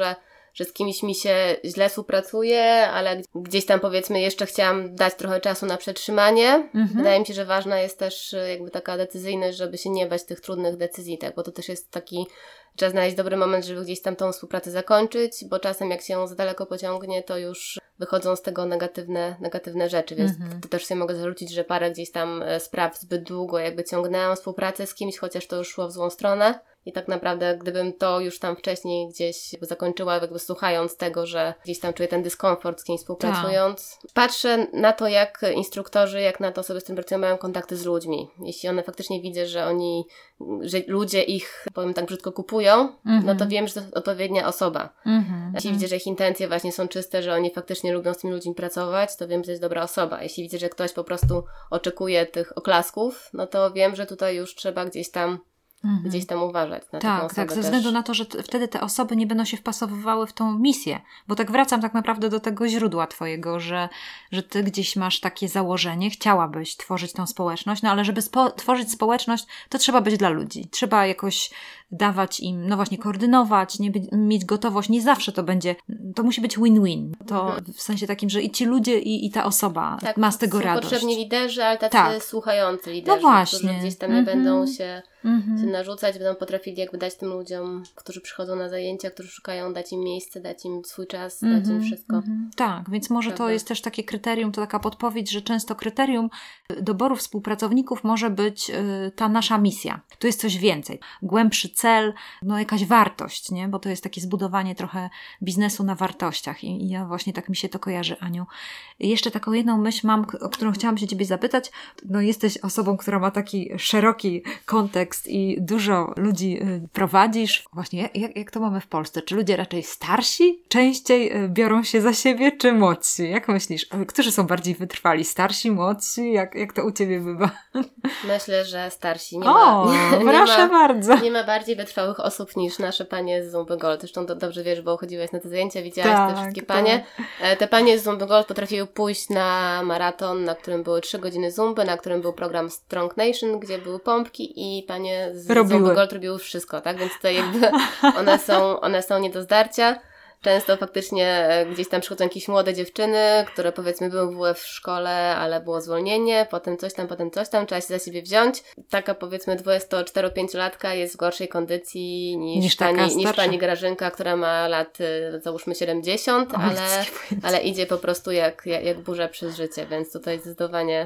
że z kimś mi się źle współpracuje, ale gdzieś tam powiedzmy jeszcze chciałam dać trochę czasu na przetrzymanie. Mhm. Wydaje mi się, że ważna jest też jakby taka decyzyjność, żeby się nie bać tych trudnych decyzji, tak, bo to też jest taki, trzeba znaleźć dobry moment, żeby gdzieś tam tą współpracę zakończyć, bo czasem jak się ją za daleko pociągnie, to już wychodzą z tego negatywne, negatywne rzeczy, więc mhm. to też sobie mogę zarzucić, że parę gdzieś tam spraw zbyt długo jakby ciągnęłam współpracę z kimś, chociaż to już szło w złą stronę. I tak naprawdę, gdybym to już tam wcześniej gdzieś zakończyła, jakby słuchając tego, że gdzieś tam czuję ten dyskomfort z kimś współpracując. Tak. Patrzę na to, jak instruktorzy, jak na to osoby, z którymi pracują, mają kontakty z ludźmi. Jeśli one faktycznie widzę, że oni, że ludzie ich, powiem tak brzydko, kupują, mm-hmm. no to wiem, że to jest odpowiednia osoba. Mm-hmm. Jeśli widzę, że ich intencje właśnie są czyste, że oni faktycznie lubią z tymi ludźmi pracować, to wiem, że to jest dobra osoba. Jeśli widzę, że ktoś po prostu oczekuje tych oklasków, no to wiem, że tutaj już trzeba gdzieś tam Mhm. gdzieś tam uważać na taką osobę. Tak, ze też. względu na to, że t- wtedy te osoby nie będą się wpasowywały w tą misję, bo tak wracam tak naprawdę do tego źródła twojego, że, że ty gdzieś masz takie założenie, chciałabyś tworzyć tą społeczność, no ale żeby spo- tworzyć społeczność, to trzeba być dla ludzi, trzeba jakoś dawać im, no właśnie koordynować, nie być, mieć gotowość, nie zawsze to będzie, to musi być win-win, to mhm. w sensie takim, że i ci ludzie i, i ta osoba tak, ma z tego są radość. Potrzebni liderzy, ale tacy tak. słuchający liderzy, no właśnie. którzy gdzieś tam nie mhm. będą się Mhm. się narzucać, będą potrafili jakby dać tym ludziom, którzy przychodzą na zajęcia, którzy szukają, dać im miejsce, dać im swój czas, mm-hmm, dać im wszystko. Mm-hmm. Tak, więc może Prawda. To jest też takie kryterium, to taka podpowiedź, że często kryterium doboru współpracowników może być y, ta nasza misja. Tu jest coś więcej. Głębszy cel, no jakaś wartość, nie? Bo to jest takie zbudowanie trochę biznesu na wartościach i, i ja właśnie tak mi się to kojarzy, Aniu. Jeszcze taką jedną myśl mam, o którą chciałam się Ciebie zapytać. No jesteś osobą, która ma taki szeroki kontekst i dużo ludzi y, prowadzisz. Właśnie, jak, jak to mamy w Polsce? Czy ludzie raczej starsi częściej y, biorą się za siebie, czy młodsi? Jak myślisz? Którzy są bardziej wytrwali? Starsi, młodsi? Jak, jak to u Ciebie bywa? Myślę, że starsi. Nie o, ma, nie, proszę nie ma, bardzo. Nie ma bardziej wytrwałych osób niż nasze panie z Zumby Gold. Zresztą to dobrze wiesz, bo chodziłaś na te zajęcia, widziałaś tak, te wszystkie panie. Tak. Te panie z Zumby Gold potrafiły pójść na maraton, na którym były trzy godziny zumby, na którym był program Strong Nation, gdzie były pompki i panie z Zumby Gold robiły wszystko, tak? Więc tutaj jakby one są, one są nie do zdarcia. Często faktycznie gdzieś tam przychodzą jakieś młode dziewczyny, które powiedzmy były w W F w szkole, ale było zwolnienie, potem coś tam, potem coś tam, trzeba się za siebie wziąć. Taka powiedzmy dwudziesto-cztero-pięciolatka jest w gorszej kondycji niż, niż, pani, niż pani Grażynka, która ma lat załóżmy siedemdziesiąt, Oj, ale, ale idzie po prostu jak, jak, jak burza przez życie, więc tutaj zdecydowanie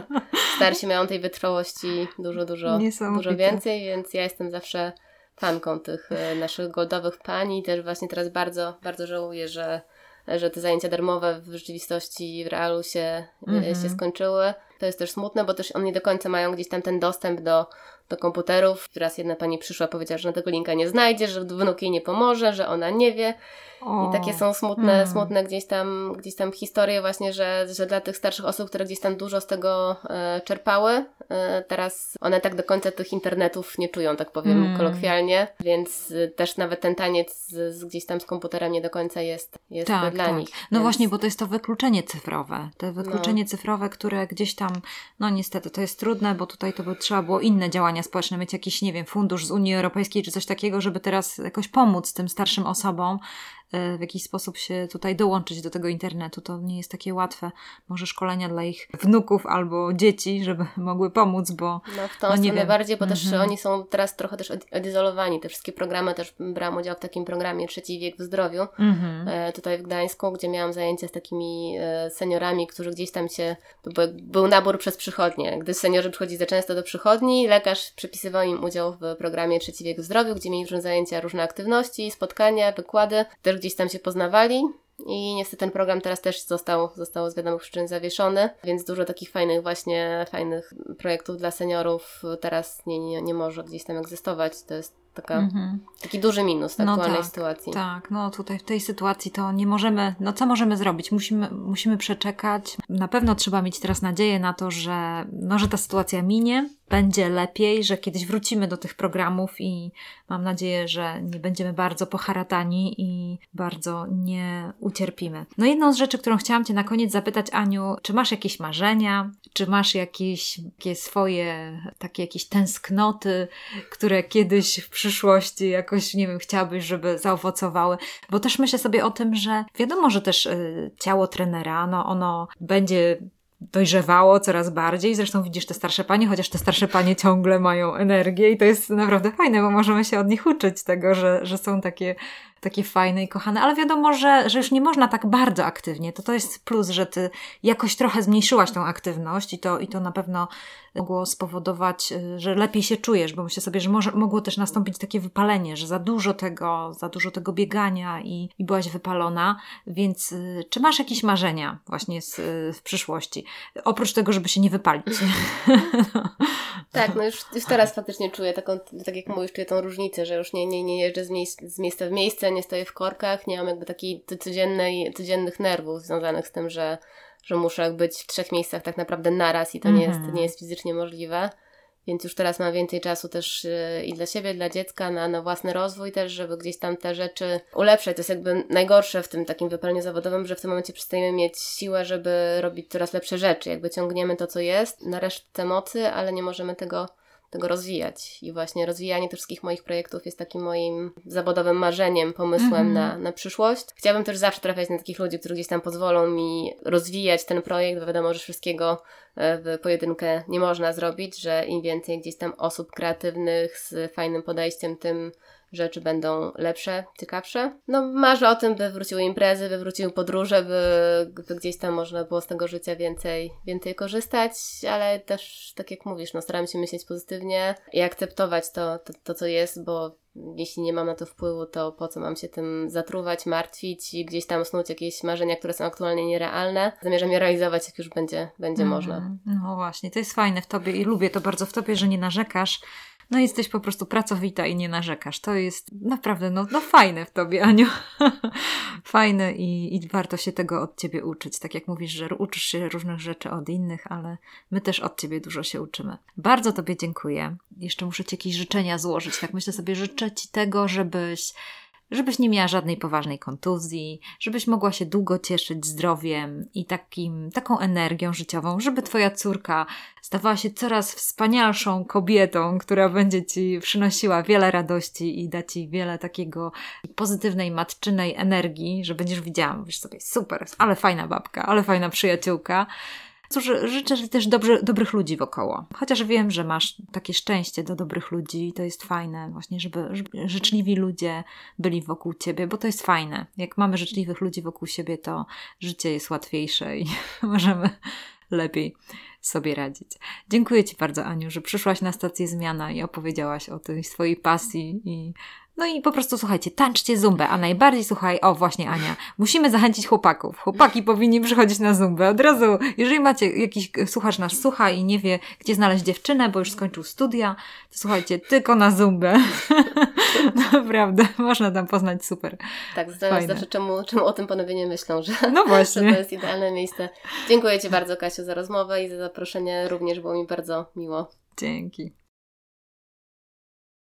starsi mają tej wytrwałości dużo, dużo, dużo więcej, więc ja jestem zawsze fanką tych naszych goldowych pani. Też właśnie teraz bardzo, bardzo żałuję, że, że te zajęcia darmowe w rzeczywistości, w realu się, mm-hmm. się skończyły. To jest też smutne, bo też oni nie do końca mają gdzieś tam ten dostęp do, do komputerów. Raz jedna pani przyszła, powiedziała, że na tego linka nie znajdzie, że wnuk jej nie pomoże, że ona nie wie. O, I takie są smutne, mm. smutne gdzieś tam, gdzieś tam historie właśnie, że, że dla tych starszych osób, które gdzieś tam dużo z tego e, czerpały, e, teraz one tak do końca tych internetów nie czują, tak powiem mm. kolokwialnie, więc e, też nawet ten taniec z, z gdzieś tam z komputerem nie do końca jest, jest tak, dla tak. nich. No więc... właśnie, bo to jest to wykluczenie cyfrowe, to wykluczenie no. cyfrowe, które gdzieś tam, no niestety to jest trudne, bo tutaj to by trzeba było inne działania społeczne, mieć jakiś, nie wiem, fundusz z Unii Europejskiej czy coś takiego, żeby teraz jakoś pomóc tym starszym osobom, w jakiś sposób się tutaj dołączyć do tego internetu. To nie jest takie łatwe. Może szkolenia dla ich wnuków albo dzieci, żeby mogły pomóc, bo no w tą no, nie stronę wiem. bardziej, bo mm-hmm. też oni są teraz trochę też odizolowani. Te wszystkie programy, też brałam udział w takim programie Trzeci Wiek w Zdrowiu mm-hmm. e, tutaj w Gdańsku, gdzie miałam zajęcia z takimi e, seniorami, którzy gdzieś tam się, był, był nabór przez przychodnie. Gdy seniorzy przychodzi za często do przychodni, lekarz przypisywał im udział w programie Trzeci Wiek w Zdrowiu, gdzie mieli różne zajęcia, różne aktywności, spotkania, wykłady. Też gdzieś tam się poznawali i niestety ten program teraz też został, został z wiadomych przyczyn zawieszony, więc dużo takich fajnych właśnie, fajnych projektów dla seniorów teraz nie, nie, nie może gdzieś tam egzystować. To jest taka, mm-hmm. taki duży minus no aktualnej tak, sytuacji. Tak, no tutaj w tej sytuacji to nie możemy, no co możemy zrobić? Musimy, musimy przeczekać. Na pewno trzeba mieć teraz nadzieję na to, że, no, że ta sytuacja minie, będzie lepiej, że kiedyś wrócimy do tych programów i mam nadzieję, że nie będziemy bardzo poharatani i bardzo nie ucierpimy. No jedną z rzeczy, którą chciałam Cię na koniec zapytać, Aniu, czy masz jakieś marzenia, czy masz jakieś takie swoje, takie jakieś tęsknoty, które kiedyś w przyszłości jakoś, nie wiem, chciałabyś, żeby zaowocowały? Bo też myślę sobie o tym, że wiadomo, że też y, ciało trenera, no ono będzie dojrzewało coraz bardziej. Zresztą widzisz te starsze panie, chociaż te starsze panie ciągle mają energię i to jest naprawdę fajne, bo możemy się od nich uczyć tego, że, że są takie, takie fajne i kochane. Ale wiadomo, że, że już nie można tak bardzo aktywnie. To to jest plus, że ty jakoś trochę zmniejszyłaś tą aktywność i to, i to na pewno mogło spowodować, że lepiej się czujesz, bo myślę sobie, że może, mogło też nastąpić takie wypalenie, że za dużo tego, za dużo tego biegania i, i byłaś wypalona, więc y, czy masz jakieś marzenia właśnie z, y, w przyszłości? Oprócz tego, żeby się nie wypalić. Tak, no już, już teraz faktycznie czuję taką, tak jak mówisz, czuję tą różnicę, że już nie, nie, nie jeżdżę z, miejsc, z miejsca w miejsce, nie stoję w korkach, nie mam jakby takiej codziennej, codziennych nerwów związanych z tym, że że muszę być w trzech miejscach tak naprawdę naraz i to nie jest, nie jest fizycznie możliwe. Więc już teraz mam więcej czasu też yy, i dla siebie, dla dziecka, na, na własny rozwój też, żeby gdzieś tam te rzeczy ulepszać. To jest jakby najgorsze w tym takim wypaleniu zawodowym, że w tym momencie przestajemy mieć siłę, żeby robić coraz lepsze rzeczy. Jakby ciągniemy to, co jest, na resztę mocy, ale nie możemy tego tego rozwijać. I właśnie rozwijanie tych wszystkich moich projektów jest takim moim zawodowym marzeniem, pomysłem mm-hmm. na, na przyszłość. Chciałabym też zawsze trafiać na takich ludzi, którzy gdzieś tam pozwolą mi rozwijać ten projekt, bo wiadomo, że wszystkiego w pojedynkę nie można zrobić, że im więcej gdzieś tam osób kreatywnych z fajnym podejściem, tym rzeczy będą lepsze, ciekawsze. No marzę o tym, by wróciły imprezy, by wróciły podróże, by, by gdzieś tam można było z tego życia więcej, więcej korzystać, ale też, tak jak mówisz, no staram się myśleć pozytywnie i akceptować to, to, to co jest, bo jeśli nie mam na to wpływu, to po co mam się tym zatruwać, martwić i gdzieś tam snuć jakieś marzenia, które są aktualnie nierealne. Zamierzam je realizować, jak już będzie, będzie mm, można. No właśnie, to jest fajne w tobie i lubię to bardzo w tobie, że nie narzekasz. No jesteś po prostu pracowita i nie narzekasz. To jest naprawdę no, no fajne w tobie, Aniu. Fajne i, i warto się tego od ciebie uczyć. Tak jak mówisz, że uczysz się różnych rzeczy od innych, ale my też od ciebie dużo się uczymy. Bardzo tobie dziękuję. Jeszcze muszę ci jakieś życzenia złożyć. Tak myślę sobie, życzę ci tego, żebyś żebyś nie miała żadnej poważnej kontuzji, żebyś mogła się długo cieszyć zdrowiem i takim, taką energią życiową, żeby twoja córka stawała się coraz wspanialszą kobietą, która będzie ci przynosiła wiele radości i da ci wiele takiego pozytywnej, matczynej energii, że będziesz widziała, mówisz sobie, super, ale fajna babka, ale fajna przyjaciółka. Cóż, życzę że też dobry, dobrych ludzi wokoło. Chociaż wiem, że masz takie szczęście do dobrych ludzi i to jest fajne właśnie, żeby, żeby życzliwi ludzie byli wokół ciebie, bo to jest fajne. Jak mamy życzliwych ludzi wokół siebie, to życie jest łatwiejsze i możemy lepiej sobie radzić. Dziękuję ci bardzo, Aniu, że przyszłaś na stację Zmiana i opowiedziałaś o tej swojej pasji i no i po prostu słuchajcie, tańczcie zumbę, a najbardziej słuchaj, o właśnie Ania, musimy zachęcić chłopaków. Chłopaki powinni przychodzić na zumbę. Od razu, jeżeli macie jakiś, słuchacz nas słucha i nie wie, gdzie znaleźć dziewczynę, bo już skończył studia, to słuchajcie, tylko na zumbę. Naprawdę, można tam poznać super. Tak, zastanawiam się zawsze, czemu, czemu o tym panowie nie myślą, że, no właśnie. że to jest idealne miejsce. Dziękuję ci bardzo, Kasiu, za rozmowę i za zaproszenie. Również było mi bardzo miło. Dzięki.